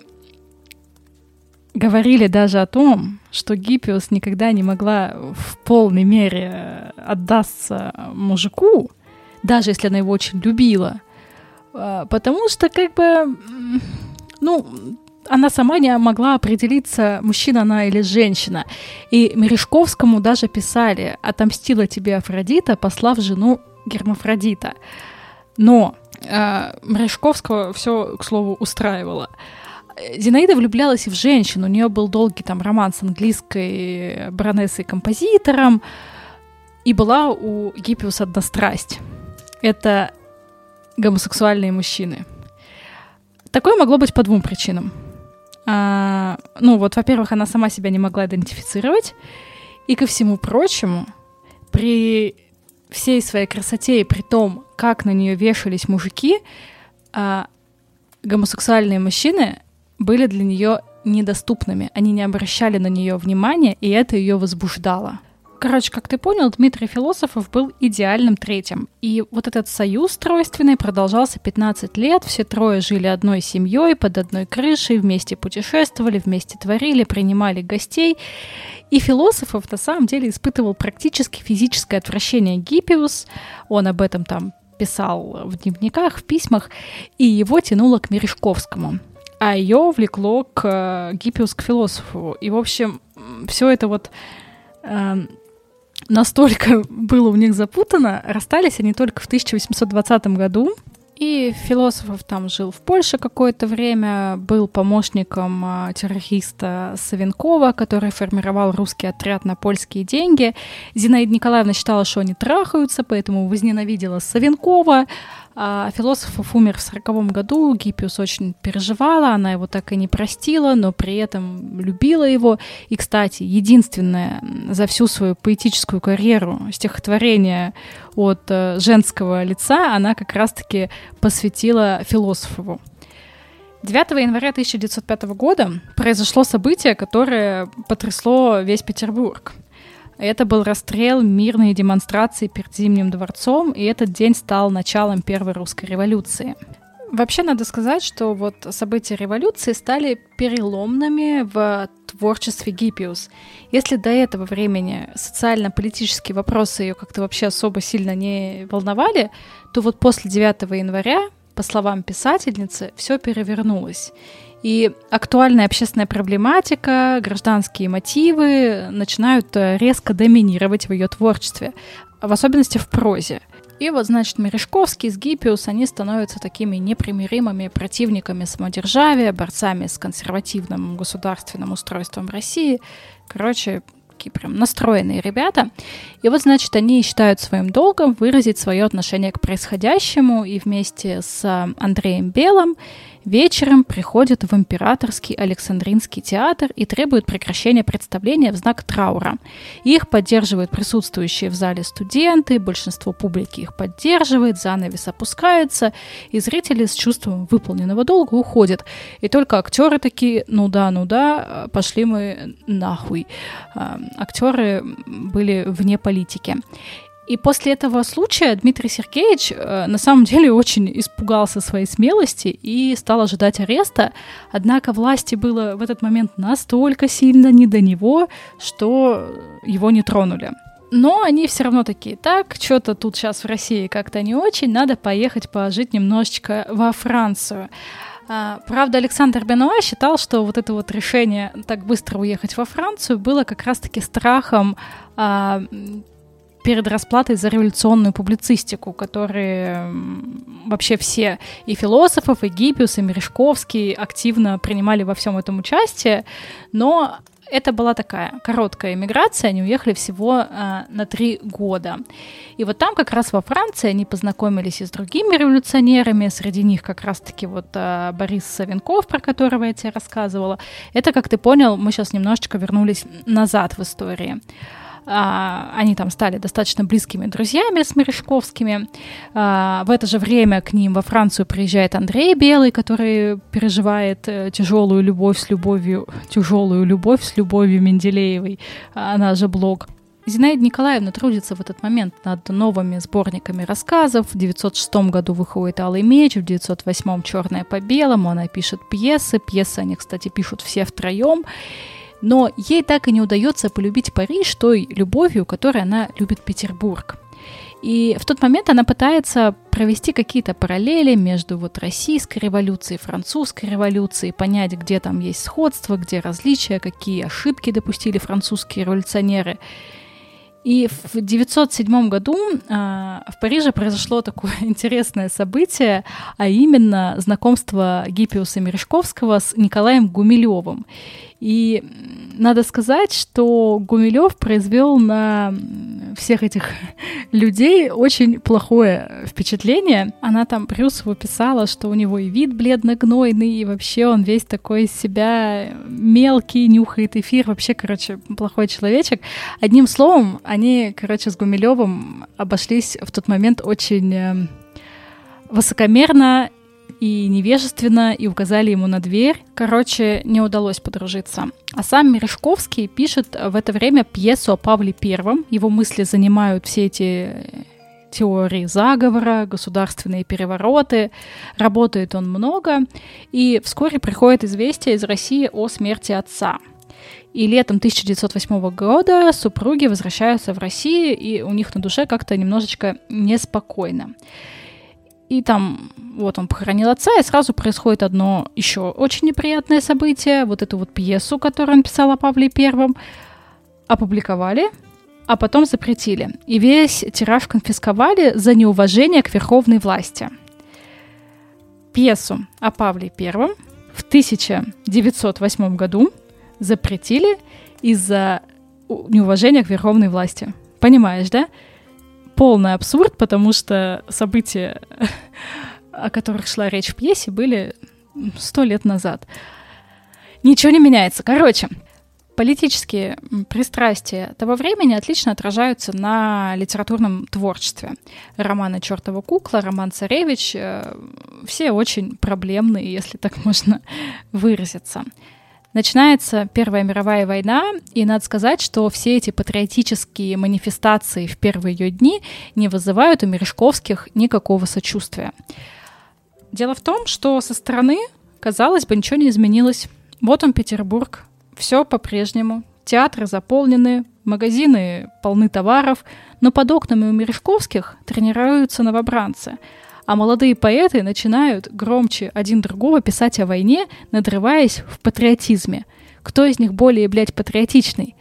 говорили даже о том, что Гиппиус никогда не могла в полной мере отдаться мужику, даже если она его очень любила, потому что она сама не могла определиться, мужчина она или женщина. И Мережковскому даже писали: «Отомстила тебе Афродита, послав жену Гермафродита». Но Мережковского все, к слову, устраивало. Зинаида влюблялась и в женщин. У нее был долгий там роман с английской баронессой-композитором. И была у Гиппиуса одна страсть. Это гомосексуальные мужчины. Такое могло быть по двум причинам. Во-первых, она сама себя не могла идентифицировать. И ко всему прочему, при всей своей красоте и при том, как на нее вешались мужики, гомосексуальные мужчины были для нее недоступными. Они не обращали на нее внимания, и это ее возбуждало. Короче, как ты понял, Дмитрий Философов был идеальным третьим. И вот этот союз тройственный продолжался 15 лет. Все трое жили одной семьей, под одной крышей, вместе путешествовали, вместе творили, принимали гостей. И Философов на самом деле испытывал практически физическое отвращение Гиппиус. Он об этом там писал в дневниках, в письмах. И его тянуло к Мережковскому. А ее влекло к Гиппиус, к Философову. И, в общем, все это вот... настолько было у них запутано, расстались они только в 1820 году. И Философов там жил в Польше какое-то время, был помощником террориста Савенкова, который формировал русский отряд на польские деньги. Зинаида Николаевна считала, что они трахаются, поэтому возненавидела Савенкова. А Философов умер в 1940 году, Гиппиус очень переживала, она его так и не простила, но при этом любила его. И, кстати, единственное за всю свою поэтическую карьеру стихотворение от женского лица она как раз-таки посвятила Философову. 9 января 1905 года произошло событие, которое потрясло весь Петербург. Это был расстрел, мирные демонстрации перед Зимним дворцом, и этот день стал началом Первой русской революции. Вообще, надо сказать, что вот события революции стали переломными в творчестве Гиппиус. Если до этого времени социально-политические вопросы ее как-то вообще особо сильно не волновали, то вот после 9 января, по словам писательницы, все перевернулось. И актуальная общественная проблематика, гражданские мотивы начинают резко доминировать в ее творчестве, в особенности в прозе. И вот, значит, Мережковский с Гиппиус, они становятся такими непримиримыми противниками самодержавия, борцами с консервативным государственным устройством России. Короче, такие прям настроенные ребята. И вот, значит, они считают своим долгом выразить свое отношение к происходящему, и вместе с Андреем Белым вечером приходят в Императорский Александринский театр и требуют прекращения представления в знак траура. Их поддерживают присутствующие в зале студенты, большинство публики их поддерживает, занавес опускается, и зрители с чувством выполненного долга уходят. И только актеры такие: ну да, пошли мы нахуй. Актеры были вне политики. И после этого случая Дмитрий Сергеевич на самом деле очень испугался своей смелости и стал ожидать ареста. Однако власти было в этот момент настолько сильно не до него, что его не тронули. Но они все равно такие: так, что-то тут сейчас в России как-то не очень, надо поехать пожить немножечко во Францию. Правда, Александр Бенуа считал, что вот это вот решение так быстро уехать во Францию было как раз-таки страхом перед расплатой за революционную публицистику, которые вообще все, и Философов, и Гиппиус, и Мережковский активно принимали во всем этом участие, но это была такая короткая эмиграция, они уехали всего на 3 года. И вот там как раз во Франции они познакомились и с другими революционерами, среди них как раз-таки вот Борис Савенков, про которого я тебе рассказывала. Это, как ты понял, мы сейчас немножечко вернулись назад в истории. Они там стали достаточно близкими друзьями с Мережковскими. В это же время к ним во Францию приезжает Андрей Белый, который переживает тяжелую любовь с любовью Менделеевой, она же Блок. Зинаида Николаевна трудится в этот момент над новыми сборниками рассказов. В 1906 году выходит «Алый меч», в 1908 «Черное по белому», она пишет пьесы они, кстати, пишут все втроем. Но ей так и не удается полюбить Париж той любовью, которой она любит Петербург. И в тот момент она пытается провести какие-то параллели между вот российской революцией, французской революцией, понять, где там есть сходство, где различия, какие ошибки допустили французские революционеры. И в 1907 году в Париже произошло такое интересное событие, а именно знакомство Гиппиуса Мережковского с Николаем Гумилевым. И надо сказать, что Гумилев произвел на всех этих людей очень плохое впечатление. Она там Брюсову писала, что у него и вид бледно-гнойный, и вообще он весь такой из себя мелкий, нюхает эфир, вообще, плохой человечек. Одним словом, они, с Гумилевым обошлись в тот момент очень высокомерно и невежественно, и указали ему на дверь. Не удалось подружиться. А сам Мережковский пишет в это время пьесу о Павле I. Его мысли занимают все эти теории заговора, государственные перевороты. Работает он много. И вскоре приходит известие из России о смерти отца. И летом 1908 года супруги возвращаются в Россию, и у них на душе как-то немножечко неспокойно. И там он похоронил отца, и сразу происходит одно еще очень неприятное событие. Вот эту вот пьесу, которую он писал о Павле I, опубликовали, а потом запретили. И весь тираж конфисковали за неуважение к верховной власти. Пьесу о Павле I в 1908 году запретили из-за неуважения к верховной власти. Понимаешь, да? Полный абсурд, потому что события, о которых шла речь в пьесе, были 100 лет назад. Ничего не меняется. Политические пристрастия того времени отлично отражаются на литературном творчестве. Романы «Чёртова кукла», роман «Царевич» — все очень проблемные, если так можно выразиться. Начинается Первая мировая война, и надо сказать, что все эти патриотические манифестации в первые ее дни не вызывают у Мережковских никакого сочувствия. Дело в том, что со стороны, казалось бы, ничего не изменилось. Вот он, Петербург, все по-прежнему, театры заполнены, магазины полны товаров, но под окнами у Мережковских тренируются новобранцы. А молодые поэты начинают громче один другого писать о войне, надрываясь в патриотизме. Кто из них более, патриотичный?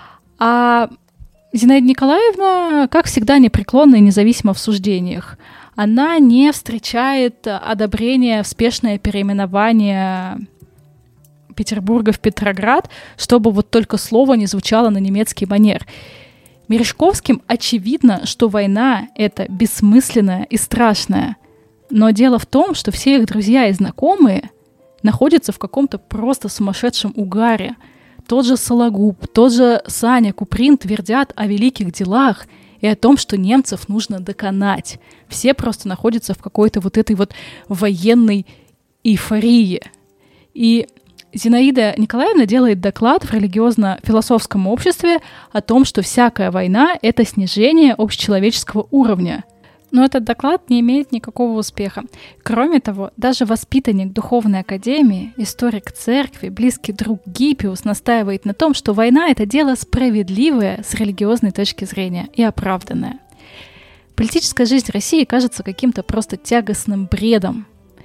А Зинаида Николаевна, как всегда, непреклонна и независима в суждениях. Она не встречает одобрения в спешное переименование Петербурга в Петроград, чтобы вот только слово не звучало на немецкий манер. Мережковским очевидно, что война — это бессмысленная и страшная. Но дело в том, что все их друзья и знакомые находятся в каком-то просто сумасшедшем угаре. Тот же Сологуб, тот же Саня Куприн твердят о великих делах и о том, что немцев нужно доконать. Все просто находятся в какой-то вот этой вот военной эйфории. И Зинаида Николаевна делает доклад в религиозно-философском обществе о том, что всякая война — это снижение общечеловеческого уровня. Но этот доклад не имеет никакого успеха. Кроме того, даже воспитанник духовной академии, историк церкви, близкий друг Гиппиус настаивает на том, что война — это дело справедливое с религиозной точки зрения и оправданное. Политическая жизнь России кажется каким-то просто тягостным бредом.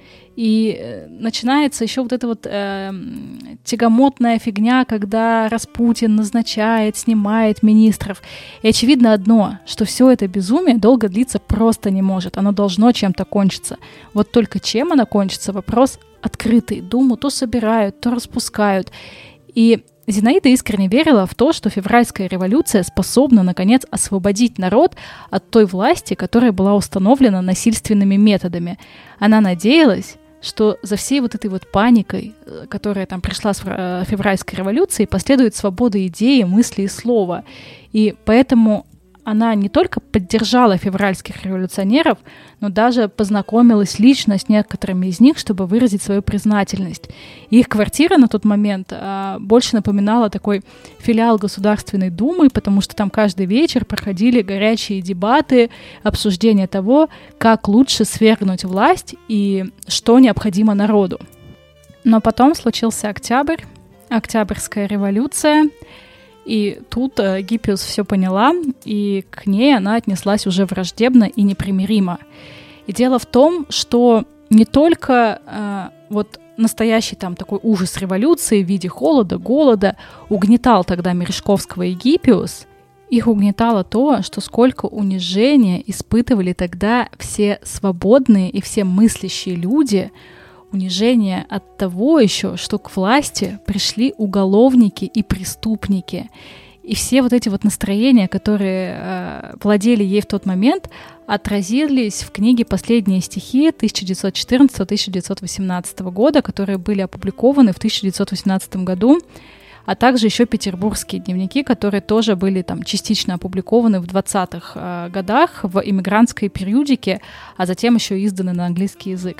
И начинается еще вот эта вот тягомотная фигня, когда Распутин назначает, снимает министров. И очевидно одно, что все это безумие долго длиться просто не может. Оно должно чем-то кончиться. Вот только чем оно кончится, вопрос открытый. Думу то собирают, то распускают. И Зинаида искренне верила в то, что февральская революция способна, наконец, освободить народ от той власти, которая была установлена насильственными методами. Она надеялась, что за всей вот этой вот паникой, которая там пришла с февральской революцией, последует свобода идеи, мысли и слова. И поэтому она не только поддержала февральских революционеров, но даже познакомилась лично с некоторыми из них, чтобы выразить свою признательность. И их квартира на тот момент больше напоминала такой филиал Государственной Думы, потому что там каждый вечер проходили горячие дебаты, обсуждение того, как лучше свергнуть власть и что необходимо народу. Но потом случился октябрь, Октябрьская революция, И тут Гиппиус все поняла, и к ней она отнеслась уже враждебно и непримиримо. И дело в том, что не только вот настоящий там такой ужас революции в виде холода, голода угнетал тогда Мережковского и Гиппиус, их угнетало то, что сколько унижения испытывали тогда все свободные и все мыслящие люди, унижение от того еще, что к власти пришли уголовники и преступники. И все вот эти вот настроения, которые владели ей в тот момент, отразились в книге «Последние стихи» 1914-1918 года, которые были опубликованы в 1918 году, а также еще петербургские дневники, которые тоже были там частично опубликованы в 20-х годах в иммигрантской периодике, а затем еще изданы на английский язык.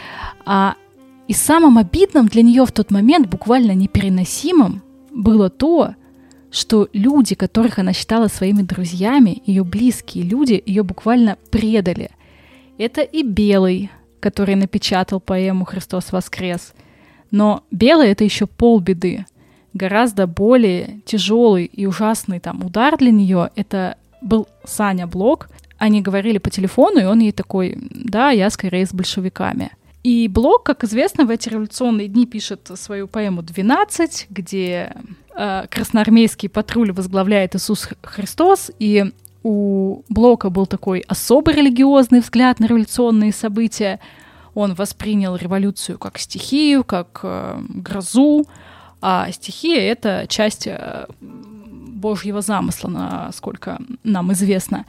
И самым обидным для нее в тот момент, буквально непереносимым, было то, что люди, которых она считала своими друзьями, ее близкие люди, ее буквально предали. Это и Белый, который напечатал поэму «Христос воскрес». Но Белый — это еще полбеды. Гораздо более тяжелый и ужасный там удар для нее — это был Саня Блок. Они говорили по телефону, и он ей такой: «Да, я скорее с большевиками». И Блок, как известно, в эти революционные дни пишет свою поэму «12», где красноармейский патруль возглавляет Иисус Христос, и у Блока был такой особый религиозный взгляд на революционные события. Он воспринял революцию как стихию, как грозу, а стихия — это часть Божьего замысла, насколько нам известно.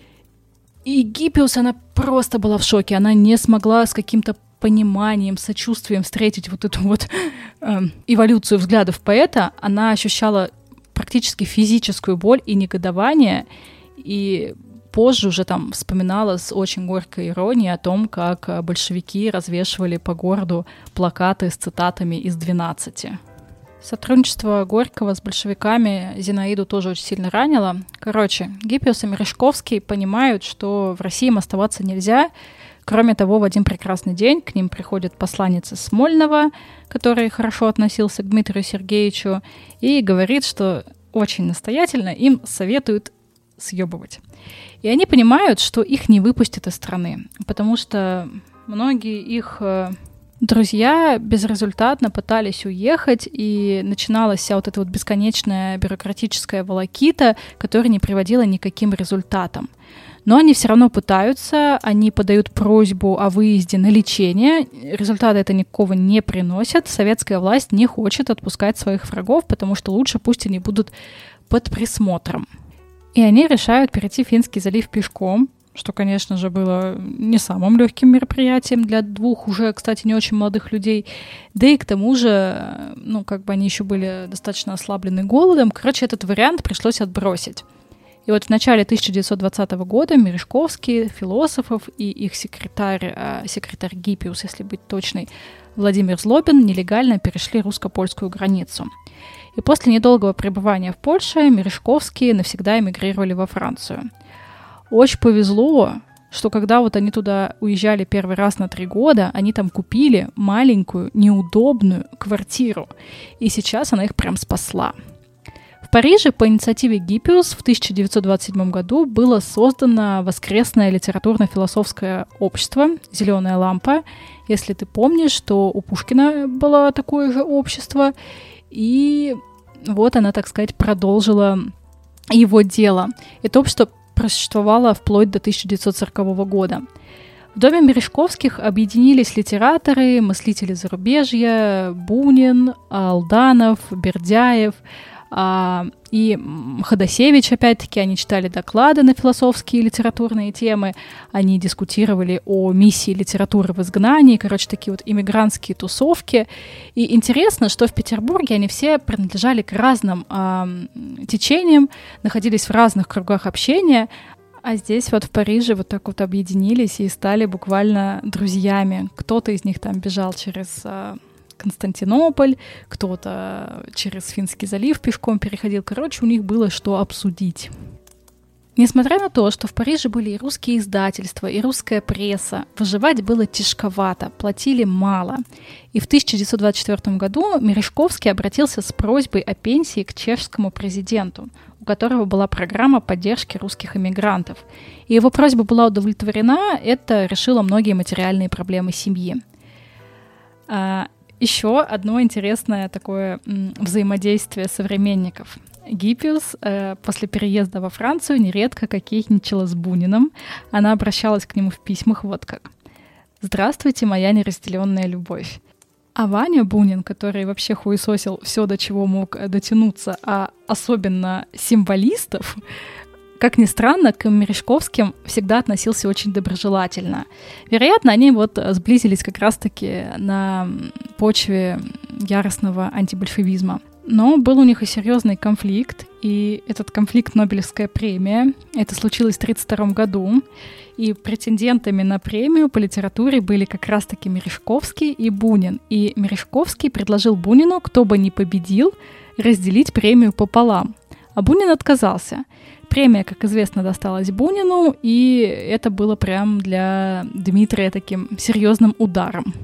И Гиппиус, она просто была в шоке. Она не смогла с каким-то пониманием, сочувствием встретить вот эту вот эволюцию взглядов поэта. Она ощущала практически физическую боль и негодование, и позже уже там вспоминала с очень горькой иронией о том, как большевики развешивали по городу плакаты с цитатами из «12». Сотрудничество Горького с большевиками Зинаиду тоже очень сильно ранило. Короче, Гиппиус и Мережковский понимают, что в России им оставаться нельзя. Кроме того, в один прекрасный день к ним приходит посланец из Смольного, который хорошо относился к Дмитрию Сергеевичу, и говорит, что очень настоятельно им советуют съебывать. И они понимают, что их не выпустят из страны, потому что многие их друзья безрезультатно пытались уехать, и начиналась вся вот эта вот бесконечная бюрократическая волокита, которая не приводила ни к каким результатам. Но они все равно пытаются, они подают просьбу о выезде на лечение, результата это никакого не приносит, советская власть не хочет отпускать своих врагов, потому что лучше пусть они будут под присмотром. И они решают перейти Финский залив пешком, что, конечно же, было не самым легким мероприятием для двух уже, кстати, не очень молодых людей. Да и к тому же, они еще были достаточно ослаблены голодом. Короче, этот вариант пришлось отбросить. И вот в начале 1920 года Мережковский, философов и их секретарь Гиппиус, если быть точной, Владимир Злобин, нелегально перешли русско-польскую границу. И после недолгого пребывания в Польше Мережковские навсегда эмигрировали во Францию. Очень повезло, что когда вот они туда уезжали первый раз на 3 года, они там купили маленькую, неудобную квартиру. И сейчас она их прям спасла. В Париже по инициативе Гиппиус в 1927 году было создано воскресное литературно-философское общество «Зеленая лампа». Если ты помнишь, что у Пушкина было такое же общество. И вот она, так сказать, продолжила его дело. Это общество просуществовала вплоть до 1940 года. В доме Мережковских объединились литераторы, мыслители зарубежья, Бунин, Алданов, Бердяев и Ходосевич, опять-таки, они читали доклады на философские и литературные темы, они дискутировали о миссии литературы в изгнании, короче, такие вот иммигрантские тусовки. И интересно, что в Петербурге они все принадлежали к разным течениям, находились в разных кругах общения, а здесь вот в Париже вот так вот объединились и стали буквально друзьями. Кто-то из них там бежал через Константинополь, кто-то через Финский залив пешком переходил. Короче, у них было что обсудить. Несмотря на то, что в Париже были и русские издательства, и русская пресса, выживать было тяжковато, платили мало. И в 1924 году Мережковский обратился с просьбой о пенсии к чешскому президенту, у которого была программа поддержки русских эмигрантов. И его просьба была удовлетворена, это решило многие материальные проблемы семьи. Еще одно интересное такое взаимодействие современников. Гиппиус после переезда во Францию нередко кокетничала с Буниным. Она обращалась к нему в письмах вот как: «Здравствуйте, моя неразделенная любовь». А Ваня Бунин, который вообще хуесосил все, до чего мог дотянуться, а особенно символистов, как ни странно, к Мережковским всегда относился очень доброжелательно. Вероятно, они вот сблизились как раз-таки на почве яростного антибольшевизма. Но был у них и серьезный конфликт, и этот конфликт — Нобелевская премия. Это случилось в 1932 году, и претендентами на премию по литературе были как раз-таки Мережковский и Бунин. И Мережковский предложил Бунину, кто бы ни победил, разделить премию пополам. А Бунин отказался. Премия, как известно, досталась Бунину, и это было прям для Дмитрия таким серьезным ударом.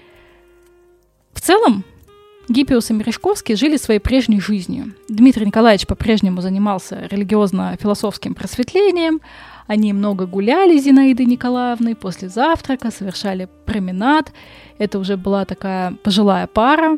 В целом, Гиппиус и Мережковский жили своей прежней жизнью. Дмитрий Николаевич по-прежнему занимался религиозно-философским просветлением. Они много гуляли с Зинаидой Николаевной, после завтрака совершали променад. Это уже была такая пожилая пара.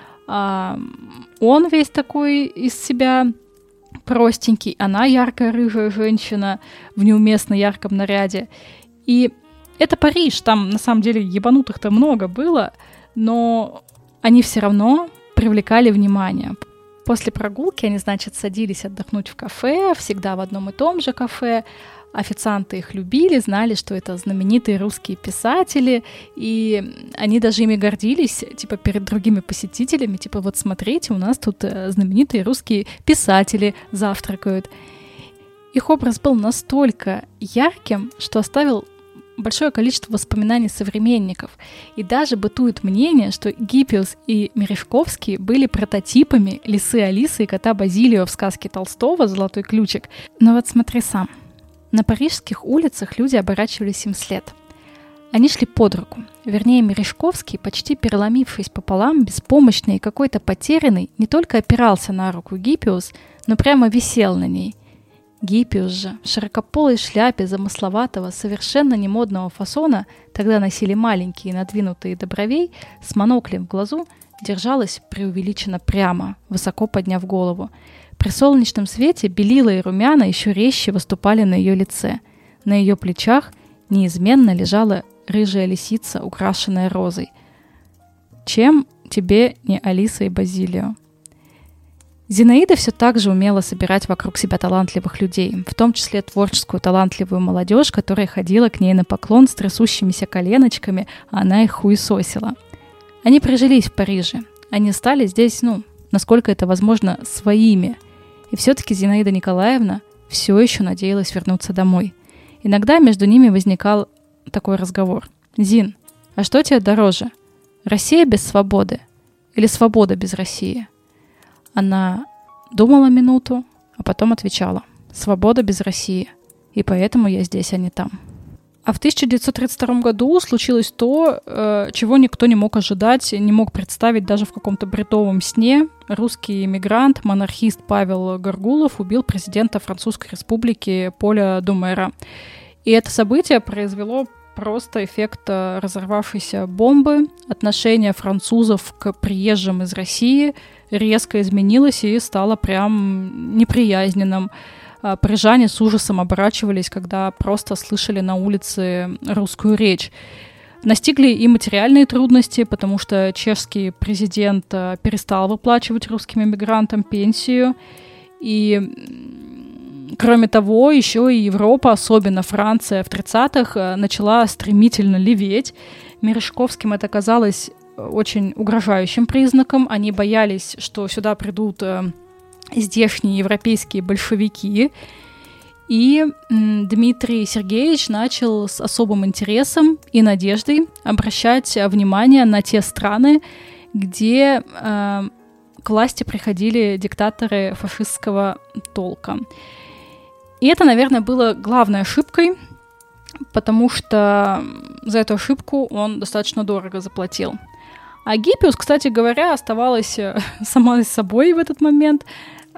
Он весь такой из себя простенький, она яркая рыжая женщина в неуместно ярком наряде. И это Париж, там на самом деле ебанутых-то много было, но они все равно привлекали внимание. После прогулки они, значит, садились отдохнуть в кафе, всегда в одном и том же кафе. Официанты их любили, знали, что это знаменитые русские писатели, и они даже ими гордились, типа, перед другими посетителями, типа, вот смотрите, у нас тут знаменитые русские писатели завтракают. Их образ был настолько ярким, что оставил большое количество воспоминаний современников. И даже бытует мнение, что Гиппиус и Мережковский были прототипами лисы Алисы и кота Базилио в сказке Толстого «Золотой ключик». Но вот смотри сам. На парижских улицах люди оборачивались им вслед. Они шли под руку. Вернее, Мережковский, почти переломившись пополам, беспомощный и какой-то потерянный, не только опирался на руку Гиппиус, но прямо висел на ней. Гиппиус же в широкополой шляпе замысловатого, совершенно немодного фасона, тогда носили маленькие, надвинутые до бровей, с моноклем в глазу, держалась преувеличенно прямо, высоко подняв голову. При солнечном свете белила и румяна еще резче выступали на ее лице. На ее плечах неизменно лежала рыжая лисица, украшенная розой. Чем тебе не Алиса и Базилио? Зинаида все так же умела собирать вокруг себя талантливых людей, в том числе творческую талантливую молодежь, которая ходила к ней на поклон с трясущимися коленочками, а она их хуесосила. Они прижились в Париже. Они стали здесь, насколько это возможно, своими. И все-таки Зинаида Николаевна все еще надеялась вернуться домой. Иногда между ними возникал такой разговор. «Зин, а что тебе дороже? Россия без свободы или свобода без России?» Она думала минуту, а потом отвечала: «Свобода без России, и поэтому я здесь, а не там». А в 1932 году случилось то, чего никто не мог ожидать, не мог представить даже в каком-то бредовом сне. Русский эмигрант, монархист Павел Горгулов убил президента Французской республики Поля Думера. И это событие произвело просто эффект разорвавшейся бомбы. Отношение французов к приезжим из России резко изменилось и стало прям неприязненным. Парижане с ужасом оборачивались, когда просто слышали на улице русскую речь. Настигли и материальные трудности, потому что чешский президент перестал выплачивать русским эмигрантам пенсию. И, кроме того, еще и Европа, особенно Франция в 30-х, начала стремительно леветь. Мережковским это казалось очень угрожающим признаком. Они боялись, что сюда придут здешние европейские большевики. И Дмитрий Сергеевич начал с особым интересом и надеждой обращать внимание на те страны, где к власти приходили диктаторы фашистского толка. И это, наверное, было главной ошибкой, потому что за эту ошибку он достаточно дорого заплатил. А Гиппиус, кстати говоря, оставалась сама собой в этот момент.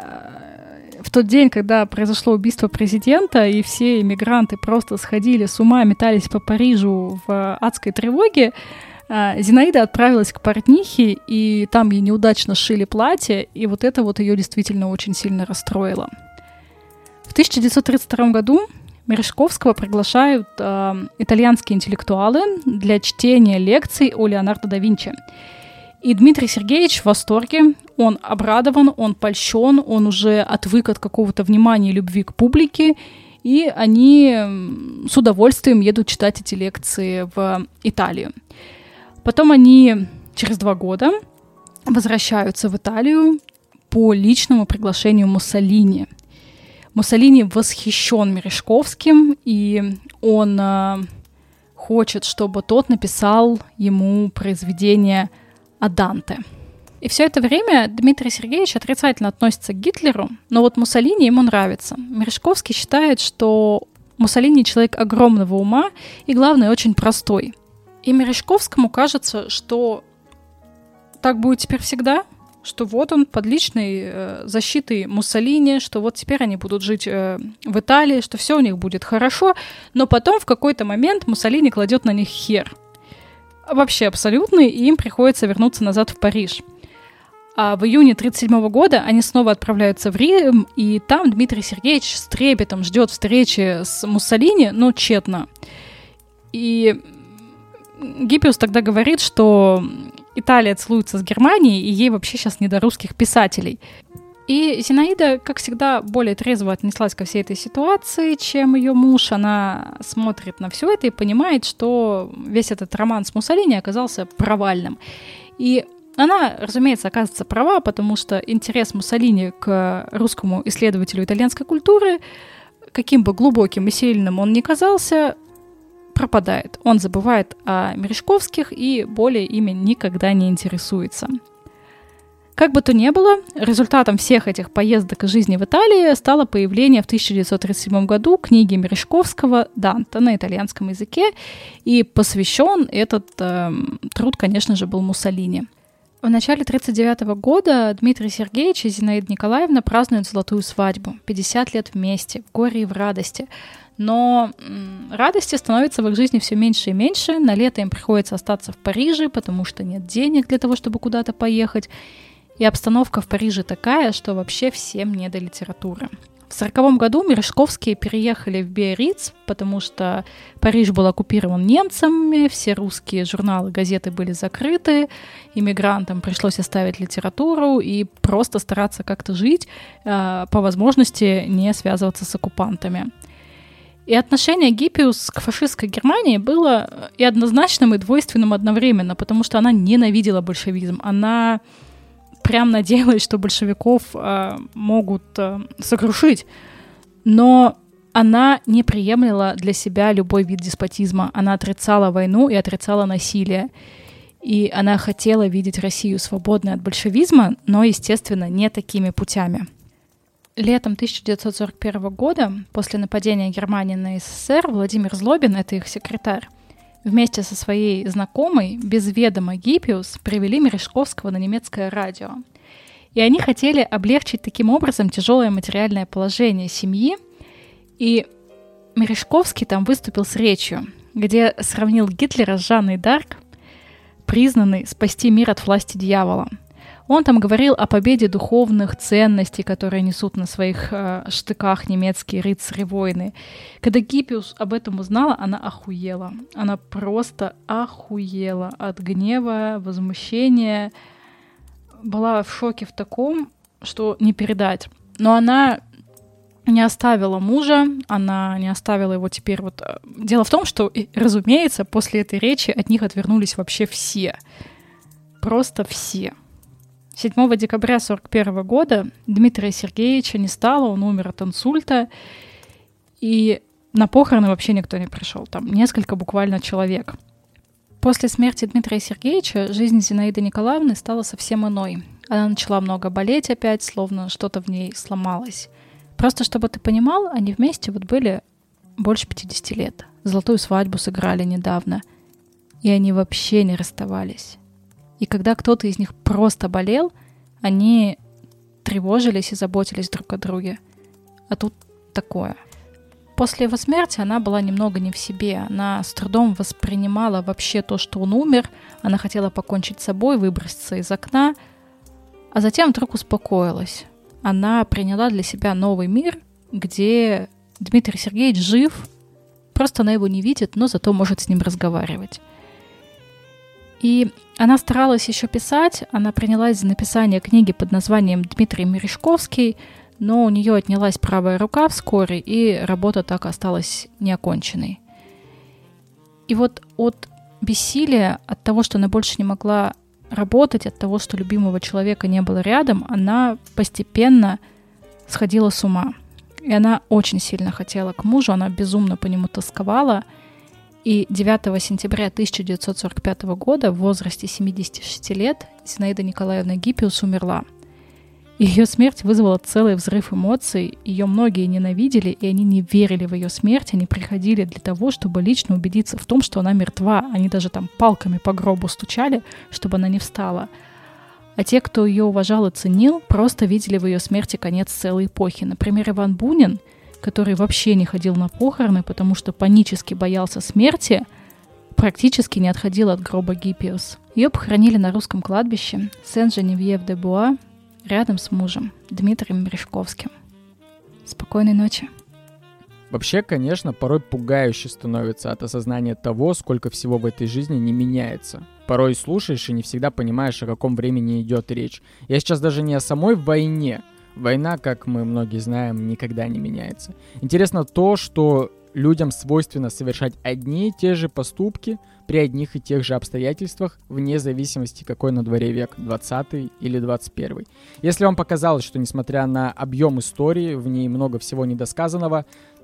В тот день, когда произошло убийство президента, и все иммигранты просто сходили с ума, метались по Парижу в адской тревоге, Зинаида отправилась к портнихе, и там ей неудачно сшили платье, и вот это вот ее действительно очень сильно расстроило. В 1932 году Мережковского приглашают итальянские интеллектуалы для чтения лекций о Леонардо да Винчи. И Дмитрий Сергеевич в восторге, он обрадован, он польщен, он уже отвык от какого-то внимания и любви к публике, и они с удовольствием едут читать эти лекции в Италию. Потом они через 2 года возвращаются в Италию по личному приглашению Муссолини. Муссолини восхищен Мережковским, и он хочет, чтобы тот написал ему произведение о Данте. И все это время Дмитрий Сергеевич отрицательно относится к Гитлеру, но вот Муссолини ему нравится. Мережковский считает, что Муссолини человек огромного ума и, главное, очень простой. И Мережковскому кажется, что так будет теперь всегда, что вот он под личной защитой Муссолини, что вот теперь они будут жить в Италии, что все у них будет хорошо, но потом в какой-то момент Муссолини кладет на них хер. Вообще абсолютный, и им приходится вернуться назад в Париж. А в июне 1937 года они снова отправляются в Рим, и там Дмитрий Сергеевич с трепетом ждет встречи с Муссолини, но тщетно. И Гиппиус тогда говорит, что Италия целуется с Германией, и ей вообще сейчас не до русских писателей. И Зинаида, как всегда, более трезво отнеслась ко всей этой ситуации, чем ее муж. Она смотрит на все это и понимает, что весь этот роман с Муссолини оказался провальным. И она, разумеется, оказывается права, потому что интерес Муссолини к русскому исследователю итальянской культуры, каким бы глубоким и сильным он ни казался, пропадает. Он забывает о Мережковских и более ими никогда не интересуется. Как бы то ни было, результатом всех этих поездок и жизни в Италии стало появление в 1937 году книги Мережковского «Данте» на итальянском языке, и посвящен этот труд, конечно же, был Муссолини. В начале 1939 года Дмитрий Сергеевич и Зинаида Николаевна празднуют золотую свадьбу. 50 лет вместе, в горе и в радости. Но радости становится в их жизни все меньше и меньше. На лето им приходится остаться в Париже, потому что нет денег для того, чтобы куда-то поехать. И обстановка в Париже такая, что вообще всем не до литературы. В 1940 году Мережковские переехали в Биарриц, потому что Париж был оккупирован немцами, все русские журналы, газеты были закрыты, иммигрантам пришлось оставить литературу и просто стараться как-то жить, по возможности не связываться с оккупантами. И отношение Гиппиус к фашистской Германии было и однозначным, и двойственным одновременно, потому что она ненавидела большевизм, она прям надеялась, что большевиков могут сокрушить, но она не приемлила для себя любой вид деспотизма. Она отрицала войну и отрицала насилие. И она хотела видеть Россию свободной от большевизма, но, естественно, не такими путями. Летом 1941 года, после нападения Германии на СССР, Владимир Злобин, это их секретарь, вместе со своей знакомой, без ведома Гиппиус, привели Мережковского на немецкое радио. И они хотели облегчить таким образом тяжелое материальное положение семьи. И Мережковский там выступил с речью, где сравнил Гитлера с Жанной д'Арк, признанной спасти мир от власти дьявола. Он там говорил о победе духовных ценностей, которые несут на своих штыках немецкие рыцари-воины. Когда Гиппиус об этом узнала, она охуела. Она просто охуела от гнева, возмущения. Была в шоке в таком, что не передать. Но она не оставила мужа, она не оставила его теперь вот... Дело в том, что, разумеется, после этой речи от них отвернулись вообще все. Просто все. 7 декабря 1941 года Дмитрия Сергеевича не стало, он умер от инсульта, и на похороны вообще никто не пришел, там несколько буквально человек. После смерти Дмитрия Сергеевича жизнь Зинаиды Николаевны стала совсем иной. Она начала много болеть опять, словно что-то в ней сломалось. Просто чтобы ты понимал, они вместе вот были больше 50 лет. Золотую свадьбу сыграли недавно. И они вообще не расставались. И когда кто-то из них просто болел, они тревожились и заботились друг о друге. А тут такое. После его смерти она была немного не в себе. Она с трудом воспринимала вообще то, что он умер. Она хотела покончить с собой, выброситься из окна. А затем вдруг успокоилась. Она приняла для себя новый мир, где Дмитрий Сергеевич жив. Просто она его не видит, но зато может с ним разговаривать. И она старалась еще писать. Она принялась за написание книги под названием «Дмитрий Мережковский», но у нее отнялась правая рука вскоре, и работа так осталась неоконченной. И вот от бессилия, от того, что она больше не могла работать, от того, что любимого человека не было рядом, она постепенно сходила с ума. И она очень сильно хотела к мужу, она безумно по нему тосковала. И 9 сентября 1945 года в возрасте 76 лет Зинаида Николаевна Гиппиус умерла. Ее смерть вызвала целый взрыв эмоций, ее многие ненавидели, и они не верили в ее смерть, они приходили для того, чтобы лично убедиться в том, что она мертва. Они даже там палками по гробу стучали, чтобы она не встала. А те, кто ее уважал и ценил, просто видели в ее смерти конец целой эпохи. Например, Иван Бунин, который вообще не ходил на похороны, потому что панически боялся смерти, практически не отходил от гроба Гиппиус. Ее похоронили на русском кладбище Сен-Женевьев-де-Буа, рядом с мужем, Дмитрием Мережковским. Спокойной ночи. Вообще, конечно, порой пугающе становится от осознания того, сколько всего в этой жизни не меняется. Порой слушаешь и не всегда понимаешь, о каком времени идет речь. Я сейчас даже не о самой войне. Война, как мы многие знаем, никогда не меняется. Интересно то, что людям свойственно совершать одни и те же поступки при одних и тех же обстоятельствах, вне зависимости, какой на дворе век, 20 или 21. Если вам показалось, что несмотря на объем истории, в ней много всего недосказанного,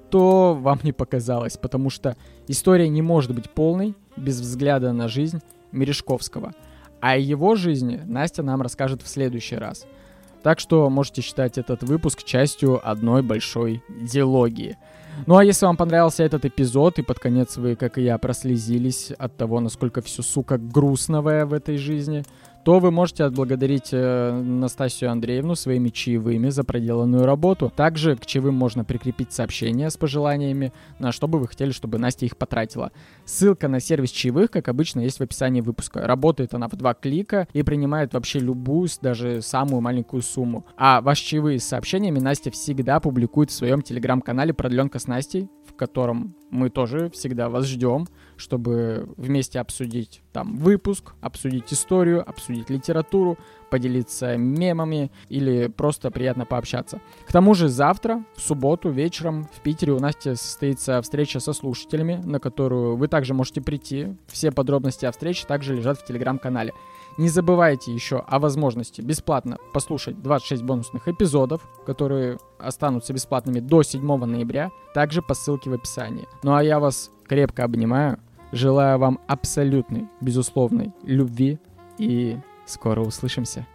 то вам не показалось, потому что история не может быть полной без взгляда на жизнь Мережковского. А о его жизни Настя нам расскажет в следующий раз. Так что можете считать этот выпуск частью одной большой дилогии. Ну а если вам понравился этот эпизод, и под конец вы, как и я, прослезились от того, насколько все, сука, грустновое в этой жизни, то вы можете отблагодарить Настасью Андреевну своими чаевыми за проделанную работу. Также к чаевым можно прикрепить сообщения с пожеланиями, на что бы вы хотели, чтобы Настя их потратила. Ссылка на сервис чаевых, как обычно, есть в описании выпуска. Работает она в 2 клика и принимает вообще любую, даже самую маленькую сумму. А ваши чаевые с сообщениями Настя всегда публикует в своем телеграм-канале «Продленка с Настей», в котором мы тоже всегда вас ждем, чтобы вместе обсудить там выпуск, обсудить историю, обсудить литературу, поделиться мемами или просто приятно пообщаться. К тому же завтра, в субботу, вечером в Питере у Насти состоится встреча со слушателями, на которую вы также можете прийти. Все подробности о встрече также лежат в телеграм-канале. Не забывайте еще о возможности бесплатно послушать 26 бонусных эпизодов, которые останутся бесплатными до 7 ноября, также по ссылке в описании. Ну а я вас крепко обнимаю, желаю вам абсолютной, безусловной любви и скоро услышимся.